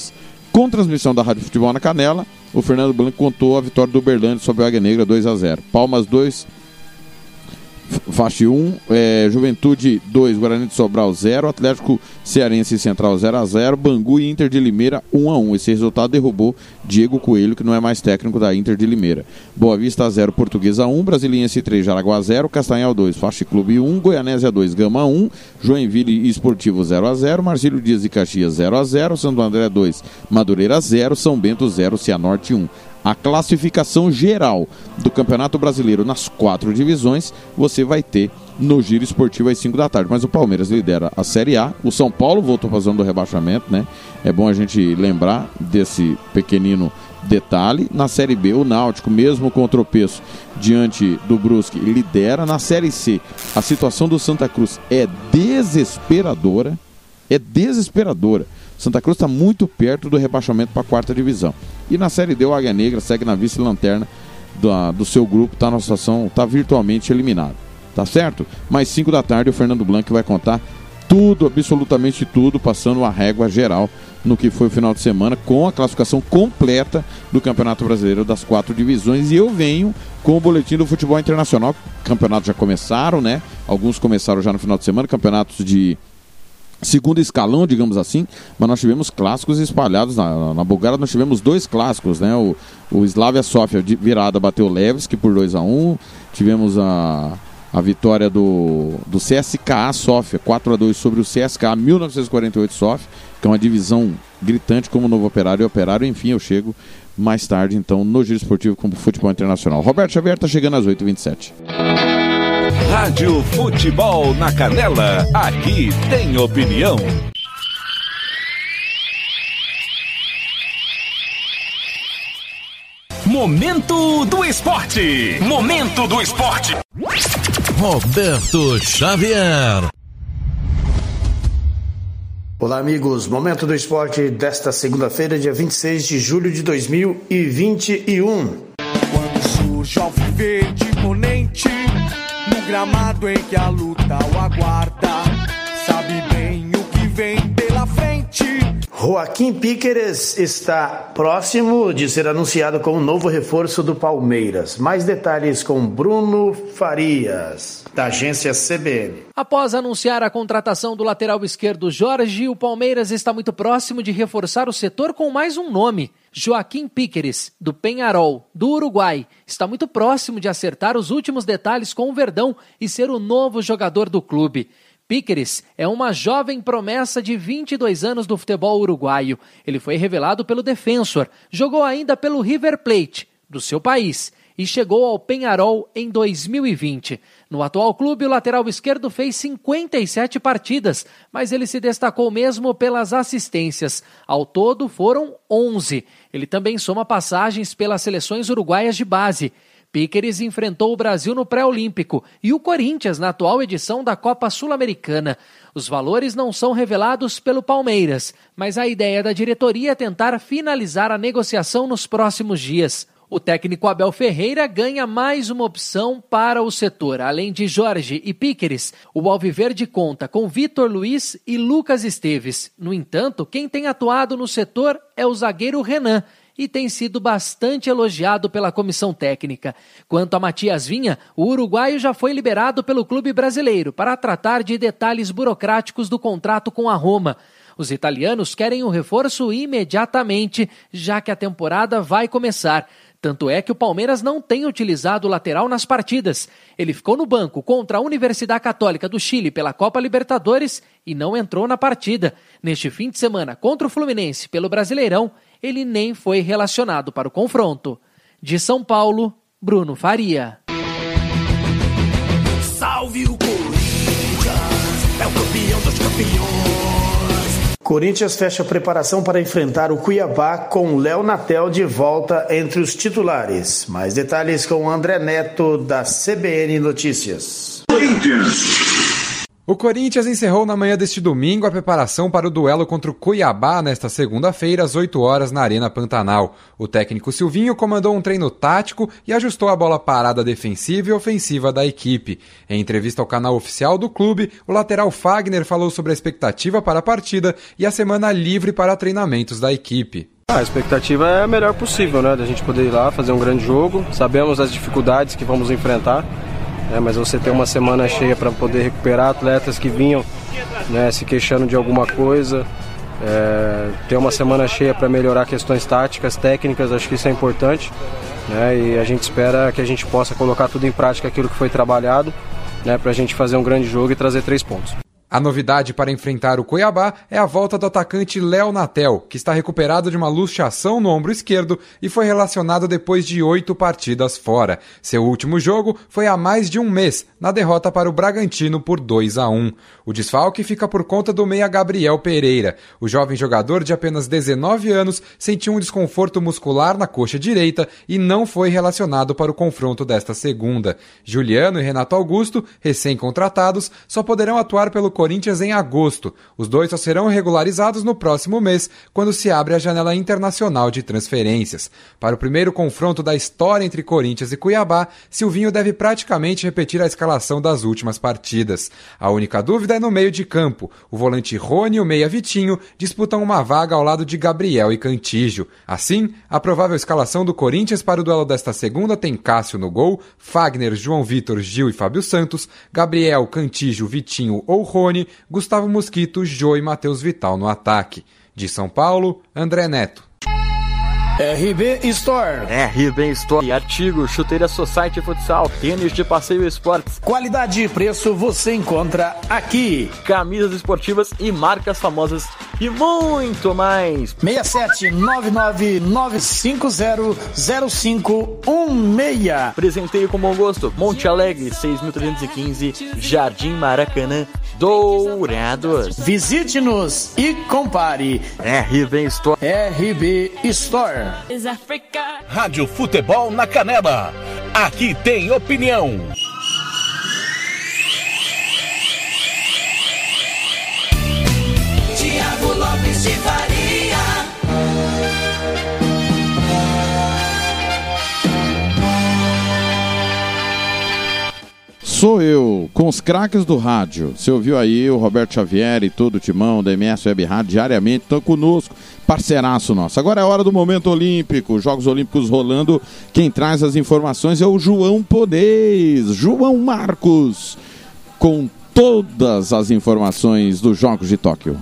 Com transmissão da Rádio Futebol na Canela, o Fernando Blanco contou a vitória do Uberlândia sobre o Águia Negra dois a zero. Palmas dois, Faxi um, é, Juventude dois, Guarani de Sobral zero, Atlético Cearense e Central zero a zero, Bangu e Inter de Limeira um a um. Esse resultado derrubou Diego Coelho, que não é mais técnico da Inter de Limeira. Boa Vista zero, Portuguesa um, Brasiliense três, Jaraguá zero, Castanhal dois, Faxi Clube um, Goianésia dois, Gama um, Joinville Esportivo zero a zero, Marcílio Dias e Caxias zero a zero, Santo André dois, Madureira zero, São Bento zero, Cianorte um. A classificação geral do Campeonato Brasileiro nas quatro divisões você vai ter no Giro Esportivo às cinco da tarde. Mas o Palmeiras lidera a Série A, o São Paulo voltou para a zona do rebaixamento, né? É bom a gente lembrar desse pequenino detalhe. Na Série B, o Náutico, mesmo com o tropeço diante do Brusque, lidera. Na Série C, a situação do Santa Cruz é desesperadora, é desesperadora. Santa Cruz está muito perto do rebaixamento para a quarta divisão. E na Série D, o Águia Negra segue na vice-lanterna do, do seu grupo, está na situação, está virtualmente eliminado. Tá certo? Mais cinco da tarde, o Fernando Blanco vai contar tudo, absolutamente tudo, passando a régua geral no que foi o final de semana, com a classificação completa do Campeonato Brasileiro das quatro divisões. E eu venho com o boletim do futebol internacional. Campeonatos já começaram, né? Alguns começaram já no final de semana, campeonatos de segundo escalão, digamos assim, mas nós tivemos clássicos espalhados na, na Bulgária. Nós tivemos dois clássicos, né? O, o Slavia Sofia de virada bateu o Levski por dois a um. Tivemos a, a vitória do, do C S K A Sofia quatro a dois sobre o C S K A mil novecentos e quarenta e oito Sofia, que é uma divisão gritante como o Novo Operário e Operário. Enfim, eu chego mais tarde então no Giro Esportivo com o Futebol Internacional. Roberto Xavier está chegando às oito e vinte e sete. Rádio Futebol na Canela, aqui tem opinião. Momento do Esporte. Momento do Esporte. Roberto Xavier. Olá, amigos. Momento do Esporte desta segunda-feira, dia vinte e seis de julho de dois mil e vinte e um. Quando surge ao verde imponente, no gramado em que a luta o aguarda, sabe bem o que vem pela frente. Joaquim Píqueres está próximo de ser anunciado como novo reforço do Palmeiras. Mais detalhes com Bruno Farias, da agência C B N. Após anunciar a contratação do lateral esquerdo Jorge, o Palmeiras está muito próximo de reforçar o setor com mais um nome. Joaquim Píqueres, do Peñarol, do Uruguai, está muito próximo de acertar os últimos detalhes com o Verdão e ser o novo jogador do clube. Píqueres é uma jovem promessa de vinte e dois anos do futebol uruguaio. Ele foi revelado pelo Defensor, jogou ainda pelo River Plate, do seu país, e chegou ao Peñarol em dois mil e vinte. No atual clube, o lateral esquerdo fez cinquenta e sete partidas, mas ele se destacou mesmo pelas assistências. Ao todo, foram onze. Ele também soma passagens pelas seleções uruguaias de base. Píqueres enfrentou o Brasil no pré-olímpico e o Corinthians na atual edição da Copa Sul-Americana. Os valores não são revelados pelo Palmeiras, mas a ideia da diretoria é tentar finalizar a negociação nos próximos dias. O técnico Abel Ferreira ganha mais uma opção para o setor. Além de Jorge e Píqueres, o Alviverde conta com Vitor Luiz e Lucas Esteves. No entanto, quem tem atuado no setor é o zagueiro Renan, e tem sido bastante elogiado pela comissão técnica. Quanto a Matias Vinha, o uruguaio já foi liberado pelo clube brasileiro para tratar de detalhes burocráticos do contrato com a Roma. Os italianos querem o reforço imediatamente, já que a temporada vai começar. Tanto é que o Palmeiras não tem utilizado o lateral nas partidas. Ele ficou no banco contra a Universidade Católica do Chile pela Copa Libertadores e não entrou na partida. Neste fim de semana, contra o Fluminense pelo Brasileirão, ele nem foi relacionado para o confronto. De São Paulo, Bruno Faria. Salve o Corinthians, é o campeão dos campeões. Corinthians fecha a preparação para enfrentar o Cuiabá com Léo Natel de volta entre os titulares. Mais detalhes com André Neto, da C B N Notícias. Corinthians. O Corinthians encerrou na manhã deste domingo a preparação para o duelo contra o Cuiabá nesta segunda-feira às oito horas na Arena Pantanal. O técnico Silvinho comandou um treino tático e ajustou a bola parada defensiva e ofensiva da equipe. Em entrevista ao canal oficial do clube, o lateral Fagner falou sobre a expectativa para a partida e a semana livre para treinamentos da equipe. Ah, a expectativa é a melhor possível, né? Da gente poder ir lá, fazer um grande jogo. Sabemos as dificuldades que vamos enfrentar, né? Mas você ter uma semana cheia para poder recuperar atletas que vinham, né, se queixando de alguma coisa. É, ter uma semana cheia para melhorar questões táticas, técnicas, acho que isso é importante, né? E a gente espera que a gente possa colocar tudo em prática, aquilo que foi trabalhado, né, para a gente fazer um grande jogo e trazer três pontos. A novidade para enfrentar o Cuiabá é a volta do atacante Léo Natel, que está recuperado de uma luxação no ombro esquerdo e foi relacionado depois de oito partidas fora. Seu último jogo foi há mais de um mês, na derrota para o Bragantino por dois a um. O desfalque fica por conta do meia Gabriel Pereira. O jovem jogador de apenas dezenove anos sentiu um desconforto muscular na coxa direita e não foi relacionado para o confronto desta segunda. Juliano e Renato Augusto, recém-contratados, só poderão atuar pelo Corinthians em agosto. Os dois só serão regularizados no próximo mês, quando se abre a janela internacional de transferências. Para o primeiro confronto da história entre Corinthians e Cuiabá, Silvinho deve praticamente repetir a escalação das últimas partidas. A única dúvida é no meio de campo. O volante Rony e o meia Vitinho disputam uma vaga ao lado de Gabriel e Cantígio. Assim, a provável escalação do Corinthians para o duelo desta segunda tem Cássio no gol, Fagner, João Vitor, Gil e Fábio Santos, Gabriel, Cantígio, Vitinho ou Rony, Gustavo Mosquito, Jô e Matheus Vital no ataque. De São Paulo, André Neto. R B Store. R B Store. Artigos, chuteira Society Futsal, tênis de passeio e esportes. Qualidade e preço você encontra aqui. Camisas esportivas e marcas famosas e muito mais. seis sete nove nove nove cinco zero zero cinco um seis. Presenteio com bom gosto. Monte Alegre, seis mil trezentos e quinze, Jardim Maracanã, Dourados. Visite-nos e compare. R B Store. R B Store. Rádio Futebol na Canela. Aqui tem opinião. Tiago Lopes de Faria. Sou eu, com os craques do rádio. Você ouviu aí o Roberto Xavier e todo o timão da M S Web Rádio diariamente, estão conosco, parceiraço nosso. Agora é hora do Momento Olímpico, Jogos Olímpicos rolando. Quem traz as informações é o João Podês, João Marcos, com todas as informações dos Jogos de Tóquio.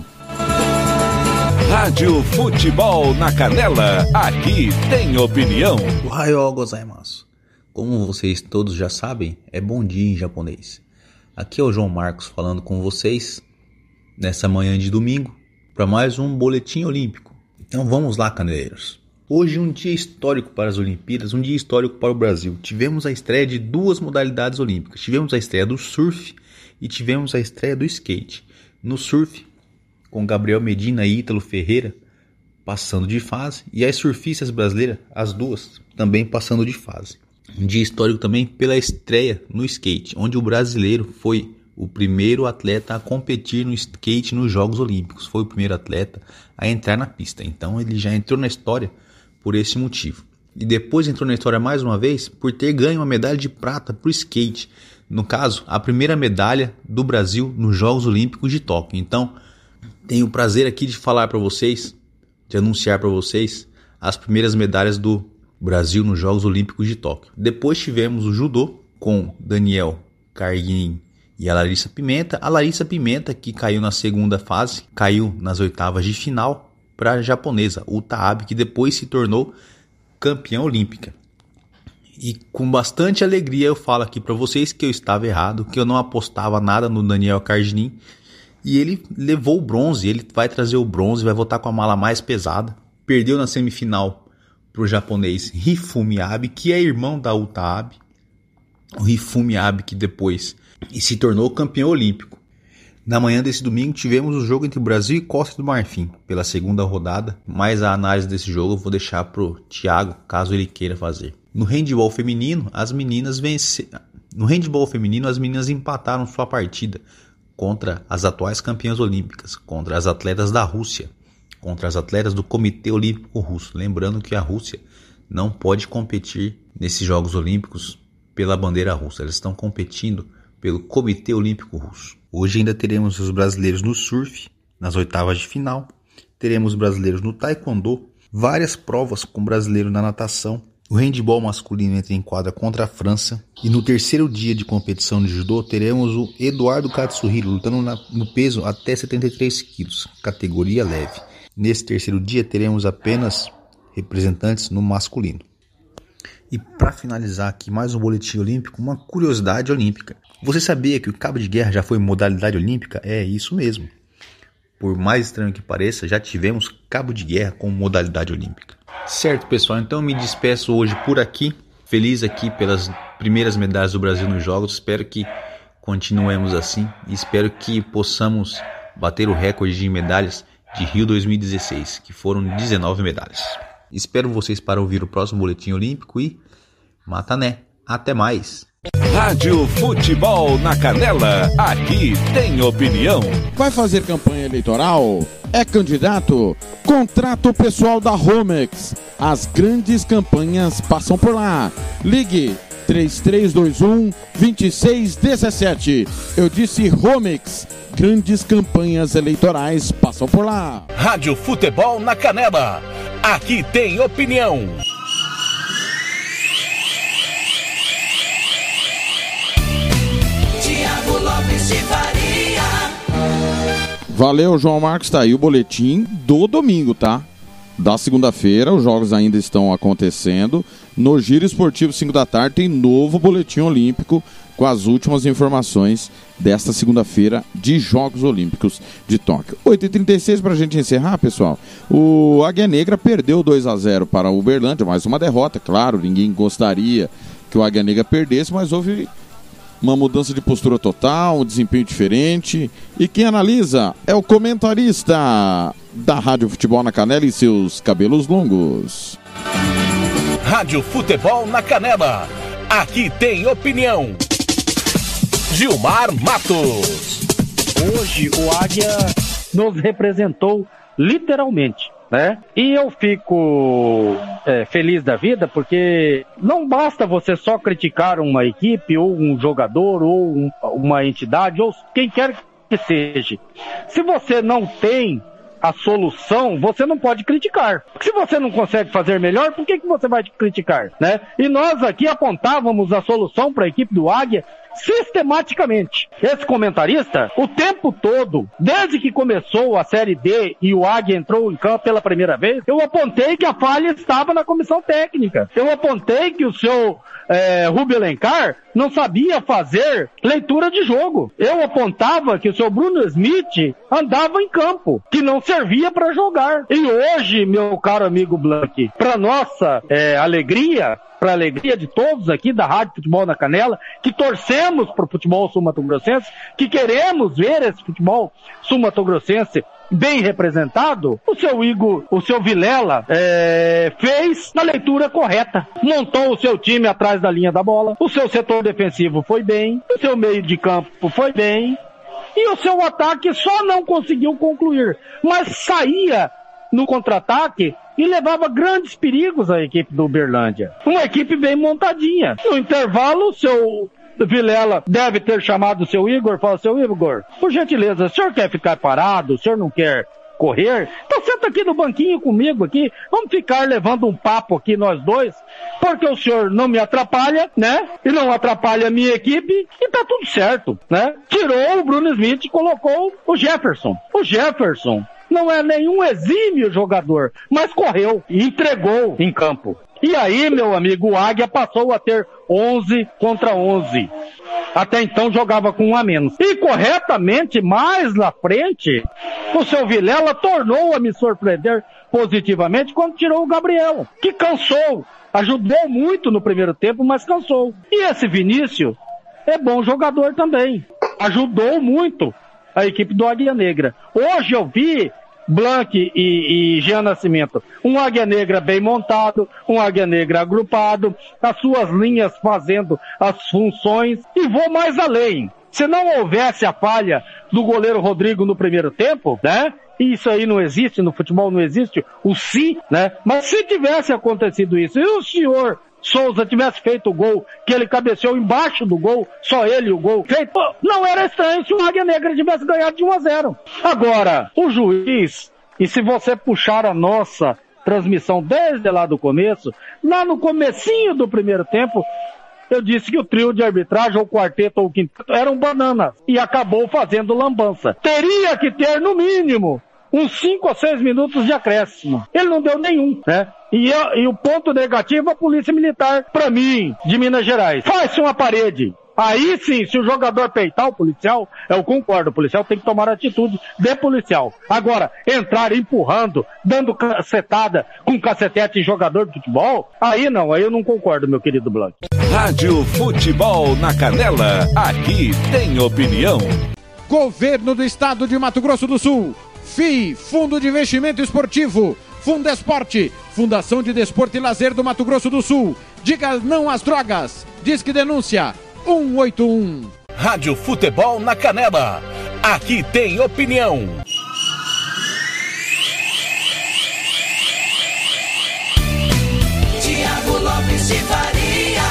Rádio Futebol na Canela, aqui tem opinião. Ohayou gozaimasu. Como vocês todos já sabem, é bom dia em japonês. Aqui é o João Marcos falando com vocês nessa manhã de domingo para mais um Boletim Olímpico. Então vamos lá, caneleiros. Hoje um dia histórico para as Olimpíadas, um dia histórico para o Brasil. Tivemos a estreia de duas modalidades olímpicas. Tivemos a estreia do surf e tivemos a estreia do skate. No surf, com Gabriel Medina e Ítalo Ferreira passando de fase, e as surfistas brasileiras, as duas, também passando de fase. Um dia histórico também pela estreia no skate, onde o brasileiro foi o primeiro atleta a competir no skate nos Jogos Olímpicos. Foi o primeiro atleta a entrar na pista. Então ele já entrou na história por esse motivo. E depois entrou na história mais uma vez por ter ganho uma medalha de prata para o skate. No caso, a primeira medalha do Brasil nos Jogos Olímpicos de Tóquio. Então, tenho o prazer aqui de falar para vocês, de anunciar para vocês as primeiras medalhas do Brasil nos Jogos Olímpicos de Tóquio. Depois tivemos o judô com Daniel Carguin e a Larissa Pimenta. A Larissa Pimenta, que caiu na segunda fase, caiu nas oitavas de final para a japonesa Uta Abe, que depois se tornou campeã olímpica. E com bastante alegria eu falo aqui para vocês que eu estava errado, que eu não apostava nada no Daniel Carguin, e ele levou o bronze. Ele vai trazer o bronze, vai voltar com a mala mais pesada. Perdeu na semifinal para o japonês Hifumi Abe, que é irmão da Uta Abe. O Hifumi Abe, que depois se tornou campeão olímpico. Na manhã desse domingo tivemos o jogo entre o Brasil e Costa do Marfim, pela segunda rodada, mas a análise desse jogo eu vou deixar para o Thiago, caso ele queira fazer. No handebol feminino, as meninas venceram. No handebol feminino, as meninas empataram sua partida contra as atuais campeãs olímpicas, contra as atletas da Rússia, contra as atletas do Comitê Olímpico Russo. Lembrando que a Rússia não pode competir nesses Jogos Olímpicos pela bandeira russa. Eles estão competindo pelo Comitê Olímpico Russo. Hoje ainda teremos os brasileiros no surf, nas oitavas de final. Teremos brasileiros no taekwondo várias provas com brasileiro na natação. O handebol masculino entra em quadra contra a França. E no terceiro dia de competição de judô, teremos o Eduardo Katsuhiro lutando na, no peso até setenta e três quilos, categoria leve. Nesse terceiro dia, teremos apenas representantes no masculino. E para finalizar aqui mais um boletim olímpico, uma curiosidade olímpica. Você sabia que o cabo de guerra já foi modalidade olímpica? É isso mesmo. Por mais estranho que pareça, já tivemos cabo de guerra com modalidade olímpica. Certo, pessoal, então eu me despeço hoje por aqui. Feliz aqui pelas primeiras medalhas do Brasil nos Jogos. Espero que continuemos assim e espero que possamos bater o recorde de medalhas de Rio dois mil e dezesseis, que foram dezenove medalhas. Espero vocês para ouvir o próximo boletim olímpico e Matané. Até mais! Rádio Futebol na Canela, aqui tem opinião. Vai fazer campanha eleitoral? É candidato? Contrata o pessoal da Romex. As grandes campanhas passam por lá. Ligue três três dois um, dois seis um sete. Eu disse Romex. Grandes campanhas eleitorais passam por lá. Rádio Futebol na Canela, aqui tem opinião. Tiago Lopes de Faria. Valeu, João Marcos. Tá aí o boletim do domingo, tá? Da segunda-feira, os jogos ainda estão acontecendo. No Giro Esportivo cinco da tarde tem novo boletim olímpico com as últimas informações desta segunda-feira de Jogos Olímpicos de Tóquio. oito e trinta e seis para a gente encerrar, pessoal. O Águia Negra perdeu dois a zero para o Uberlândia, mais uma derrota, claro, ninguém gostaria que o Águia Negra perdesse, mas houve uma mudança de postura total, um desempenho diferente. E quem analisa é o comentarista da Rádio Futebol na Canela e seus cabelos longos. Rádio Futebol na Canela, aqui tem opinião. Gilmar Matos. Hoje o Águia nos representou literalmente, né? E eu fico é, feliz da vida porque não basta você só criticar uma equipe ou um jogador ou um, uma entidade ou quem quer que seja. Se você não tem a solução, você não pode criticar. Porque se você não consegue fazer melhor, por que, que você vai criticar, né? E nós aqui apontávamos a solução para a equipe do Águia sistematicamente. Esse comentarista, o tempo todo, desde que começou a Série D e o Águia entrou em campo pela primeira vez, eu apontei que a falha estava na comissão técnica. Eu apontei que o seu é, Rubio Alencar não sabia fazer leitura de jogo. Eu apontava que o seu Bruno Smith andava em campo, que não servia para jogar. E hoje, meu caro amigo Blanc, para nossa é, alegria, para a alegria de todos aqui da Rádio Futebol na Canela, que torcemos para o futebol sul-mato-grossense, que queremos ver esse futebol sul-mato-grossense bem representado, o seu Igor, o seu Vilela é, fez na leitura correta. Montou o seu time atrás da linha da bola, o seu setor defensivo foi bem, o seu meio de campo foi bem, e o seu ataque só não conseguiu concluir, mas saía no contra-ataque e levava grandes perigos à equipe do Uberlândia. Uma equipe bem montadinha. No intervalo, o seu Vilela deve ter chamado o seu Igor e falou: seu Igor, por gentileza, o senhor quer ficar parado? O senhor não quer correr? Então senta aqui no banquinho comigo aqui, vamos ficar levando um papo aqui nós dois, porque o senhor não me atrapalha, né? E não atrapalha a minha equipe, e tá tudo certo, né? Tirou o Bruno Smith e colocou o Jefferson. O Jefferson não é nenhum exímio jogador, mas correu e entregou em campo. E aí, meu amigo, o Águia passou a ter onze contra onze. Até então jogava com um a menos. E corretamente, mais na frente, o seu Vilela tornou a me surpreender positivamente quando tirou o Gabriel, que cansou. Ajudou muito no primeiro tempo, mas cansou. E esse Vinícius é bom jogador também. Ajudou muito a equipe do Águia Negra. Hoje eu vi Blanc e, e Jean Nascimento, um Águia Negra bem montado, um Águia Negra agrupado, as suas linhas fazendo as funções, e vou mais além. Se não houvesse a falha do goleiro Rodrigo no primeiro tempo, né? E isso aí não existe, no futebol não existe o se, né? Mas se tivesse acontecido isso, e o senhor Souza tivesse feito o gol, que ele cabeceou embaixo do gol, só ele o gol feito, não era estranho se o Águia Negra tivesse ganhado de um a zero. Agora, o juiz, e se você puxar a nossa transmissão desde lá do começo, lá no comecinho do primeiro tempo, eu disse que o trio de arbitragem, ou o quarteto ou o quinteto, eram bananas. E acabou fazendo lambança. Teria que ter, no mínimo, uns cinco ou seis minutos de acréscimo. Ele não deu nenhum, né? E, e o ponto negativo é a Polícia Militar, pra mim, de Minas Gerais. Faz-se uma parede. Aí sim, se o jogador peitar o policial, eu concordo, o policial tem que tomar atitude de policial. Agora, entrar empurrando, dando cacetada com cacetete em jogador de futebol, aí não, aí eu não concordo, meu querido Blanc. Rádio Futebol na Canela, aqui tem opinião. Governo do Estado de Mato Grosso do Sul, F I I, Fundo de Investimento Esportivo, Fundesporte, Fundação de Desporto e Lazer do Mato Grosso do Sul. Diga não às drogas. Disque denúncia um oito um. Rádio Futebol na Canela. Aqui tem opinião. Tiago Lopes de Faria.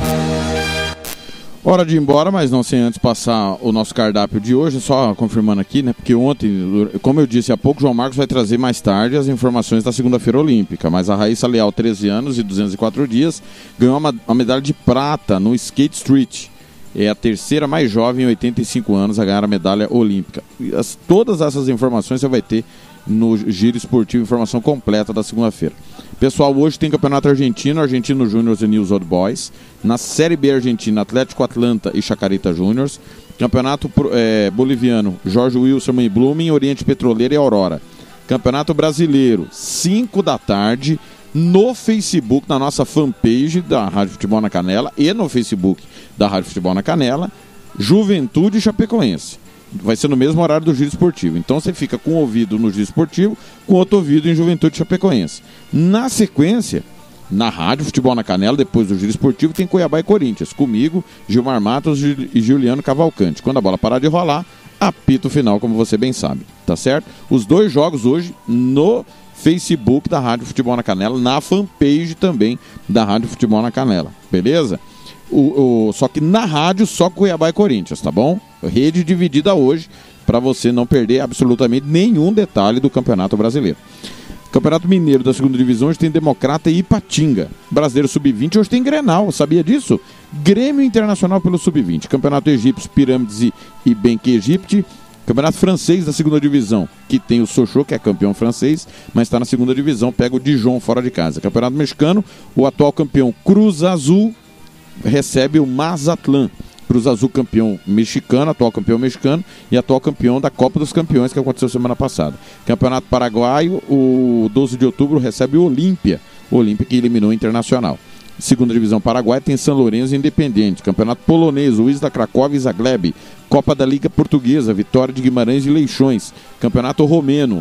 Hora de ir embora, mas não sem antes passar o nosso cardápio de hoje, só confirmando aqui, né? Porque ontem, como eu disse há pouco, o João Marcos vai trazer mais tarde as informações da segunda-feira olímpica, mas a Raíssa Leal, treze anos e duzentos e quatro dias, ganhou uma, uma medalha de prata no Skate Street. É a terceira mais jovem em oitenta e cinco anos a ganhar a medalha olímpica. As, todas essas informações você vai ter no Giro Esportivo, informação completa da segunda-feira. Pessoal, hoje tem Campeonato Argentino, Argentino Júniors e News Old Boys. Na Série B Argentina, Atlético Atlanta e Chacarita Júniors. Campeonato é, Boliviano, Jorge Wilson e Blooming, Oriente Petroleiro e Aurora. Campeonato Brasileiro, cinco da tarde, no Facebook, na nossa fanpage da Rádio Futebol na Canela e no Facebook da Rádio Futebol na Canela, Juventude e Chapecoense. Vai ser no mesmo horário do Giro Esportivo. Então você fica com um ouvido no Giro Esportivo, com outro ouvido em Juventude e Chapecoense. Na sequência, na Rádio Futebol na Canela, depois do Giro Esportivo, tem Cuiabá e Corinthians. Comigo, Gilmar Matos e Juliano Cavalcante. Quando a bola parar de rolar, apito final, como você bem sabe. Tá certo? Os dois jogos hoje no Facebook da Rádio Futebol na Canela, na fanpage também da Rádio Futebol na Canela. Beleza? O, o, só que na rádio, só Cuiabá e Corinthians, tá bom? Rede dividida hoje, para você não perder absolutamente nenhum detalhe do Campeonato Brasileiro. Campeonato Mineiro da segunda divisão, hoje tem Democrata e Ipatinga. Brasileiro sub vinte, hoje tem Grenal, sabia disso? Grêmio Internacional pelo sub vinte. Campeonato Egípcio, Pirâmides e, e Benque Egipte. Campeonato Francês da segunda divisão, que tem o Sochaux, que é campeão francês, mas está na segunda divisão, pega o Dijon fora de casa. Campeonato Mexicano, o atual campeão Cruz Azul recebe o Mazatlán. Cruz Azul campeão mexicano, atual campeão mexicano e atual campeão da Copa dos Campeões, que aconteceu semana passada. Campeonato Paraguaio, o doze de outubro recebe o Olímpia, o Olímpia que eliminou o Internacional. Segunda divisão Paraguai tem São Lourenço e Independente. Campeonato Polonês, o Wisla Cracóvia e Zagreb. Copa da Liga Portuguesa, Vitória de Guimarães e Leixões. Campeonato Romeno,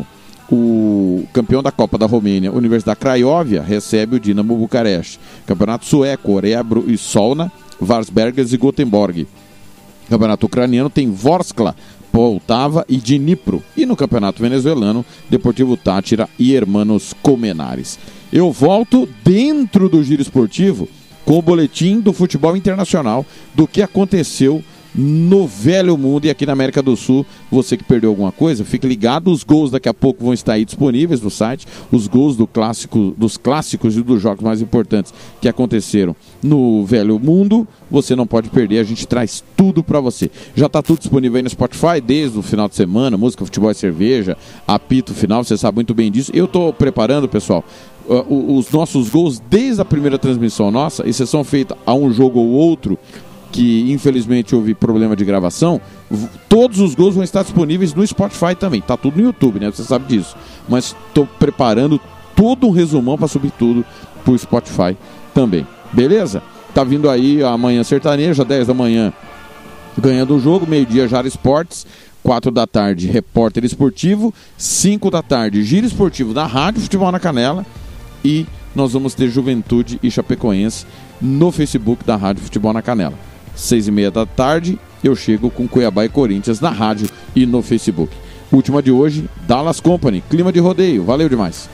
o campeão da Copa da Romênia, Universidade Craiovia, recebe o Dinamo Bucareste. Campeonato Sueco, Orebro e Solna, Varsbergas e Gothenburg. Campeonato Ucraniano tem Vorskla, Poltava e Dnipro. E no Campeonato Venezuelano, Deportivo Tátira e Hermanos Colmenares. Eu volto dentro do Giro Esportivo com o boletim do futebol internacional, do que aconteceu no velho mundo e aqui na América do Sul. Você que perdeu alguma coisa, fique ligado, os gols daqui a pouco vão estar aí disponíveis no site, os gols do clássico, dos clássicos e dos jogos mais importantes que aconteceram no velho mundo, você não pode perder, a gente traz tudo pra você. Já tá tudo disponível aí no Spotify desde o final de semana, música, futebol e cerveja, apito final, você sabe muito bem disso. Eu tô preparando, pessoal, uh, os nossos gols desde a primeira transmissão nossa, exceção feita a um jogo ou outro que infelizmente houve problema de gravação, todos os gols vão estar disponíveis no Spotify também. Tá tudo no YouTube, né? Você sabe disso. Mas estou preparando todo um resumão para subir tudo pro Spotify também. Beleza? Tá vindo aí a Manhã Sertaneja, dez da manhã, ganhando o jogo. Meio-dia, Jara Esportes. quatro da tarde, Repórter Esportivo. cinco da tarde, Giro Esportivo da Rádio Futebol na Canela. E nós vamos ter Juventude e Chapecoense no Facebook da Rádio Futebol na Canela. Seis e meia da tarde, eu chego com Cuiabá e Corinthians na rádio e no Facebook. Última de hoje, Dallas Company, clima de rodeio. Valeu demais.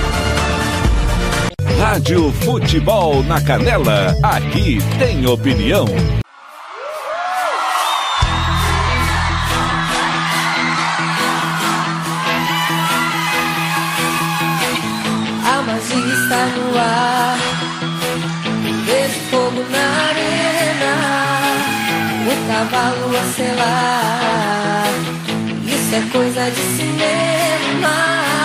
Rádio Futebol na Canela, aqui tem opinião. Há uma estrela no ar, vejo fogo na arena, o cavalo a selar. Isso é coisa de cinema.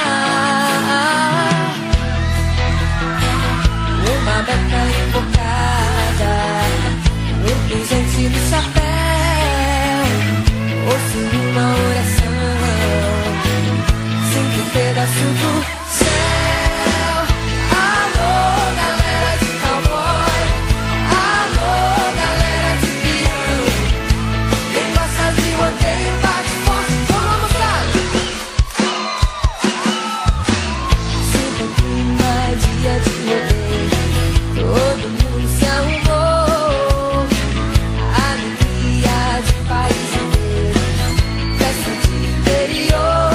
Uma beca invocada no pingente do chapéu, ouço uma oração, sinto um pedaço do céu. Alô, galera de cowboy, alô, galera de peão, quem gosta de rodeio bate forte, vamos mostrar. Sinto um clima, dia de rodeio, todo mundo se arrumou, alegria de país inteiro, festa de interior.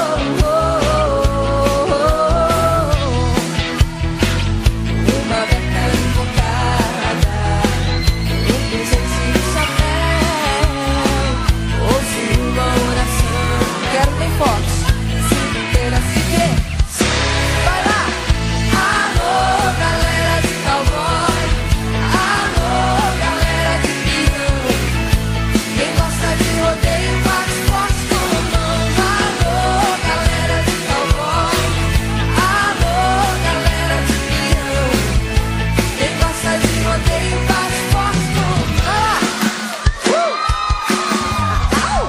Uma beca invocada, um presente de chapéu, ouço uma oração, quero bem forte, sinto inteira se ver. Vai lá! Alô, galera de cowboy, alô, galera de peão, quem gosta de rodeio bate forte com a mão. Alô, galera de cowboy, alô, galera de peão, quem gosta de rodeio bate forte com a mão. Uh! Au!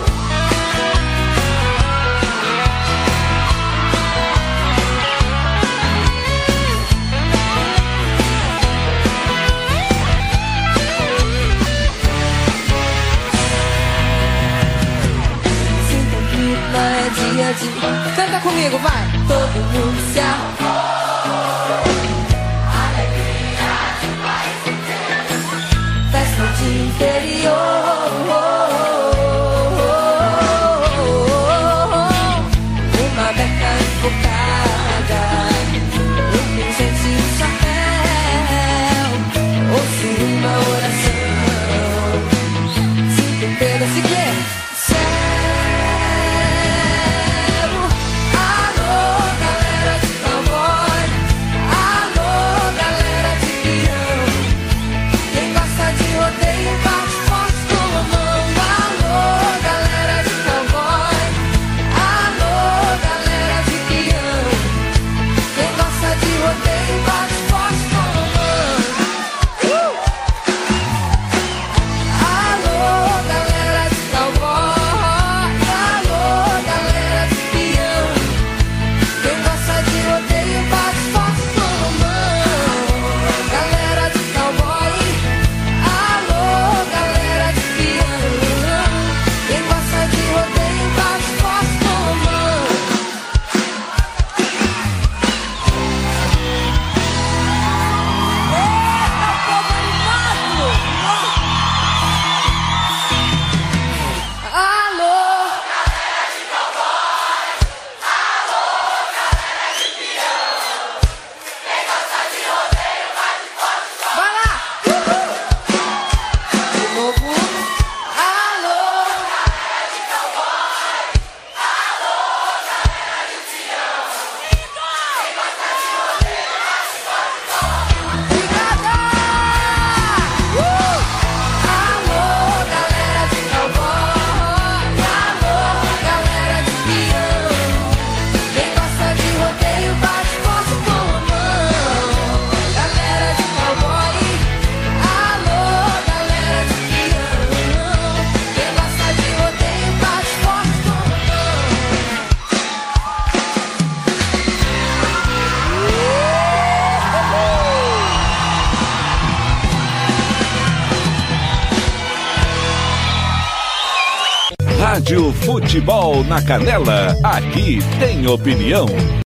Sinto um clima, é dia de... Canta comigo, vai! Todo mundo se arrumou, alegria de país inteiro, festa de interior. Uma beca enfocada, um pingente de chapéu, ouço uma oração, sinto um pedaço de céu. Alô, galera de cowboy, alô, galera de peão, quem gosta de rodeio bate forte com a mão. Alô, galera de cowboy, alô, galera de peão, quem gosta de rodeio bate forte com a mão. Uh! Alô, galera de cowboy, alô, galera de peão, quem gosta de rodeio bate forte com a mão. Galera de cowboy, alô, galera de peão, quem gosta de rodeio bate forte com a mão. Eita, povo animado! Alô, galera de cowboy, alô, galera de peão, quem gosta de rodeio bate forte. Vai lá! De novo. Alô, galera de cowboy, alô, galera de peão, quem gosta de rodeio bate forte. Obrigada! Uh! Alô, galera de cowboy, alô, galera de peão, quem gosta de rodeio bate forte com a mão. Galera de cowboy, alô, galera de peão, quem gosta de rodeio bate forte com a Rádio Futebol na Canela, aqui tem opinião.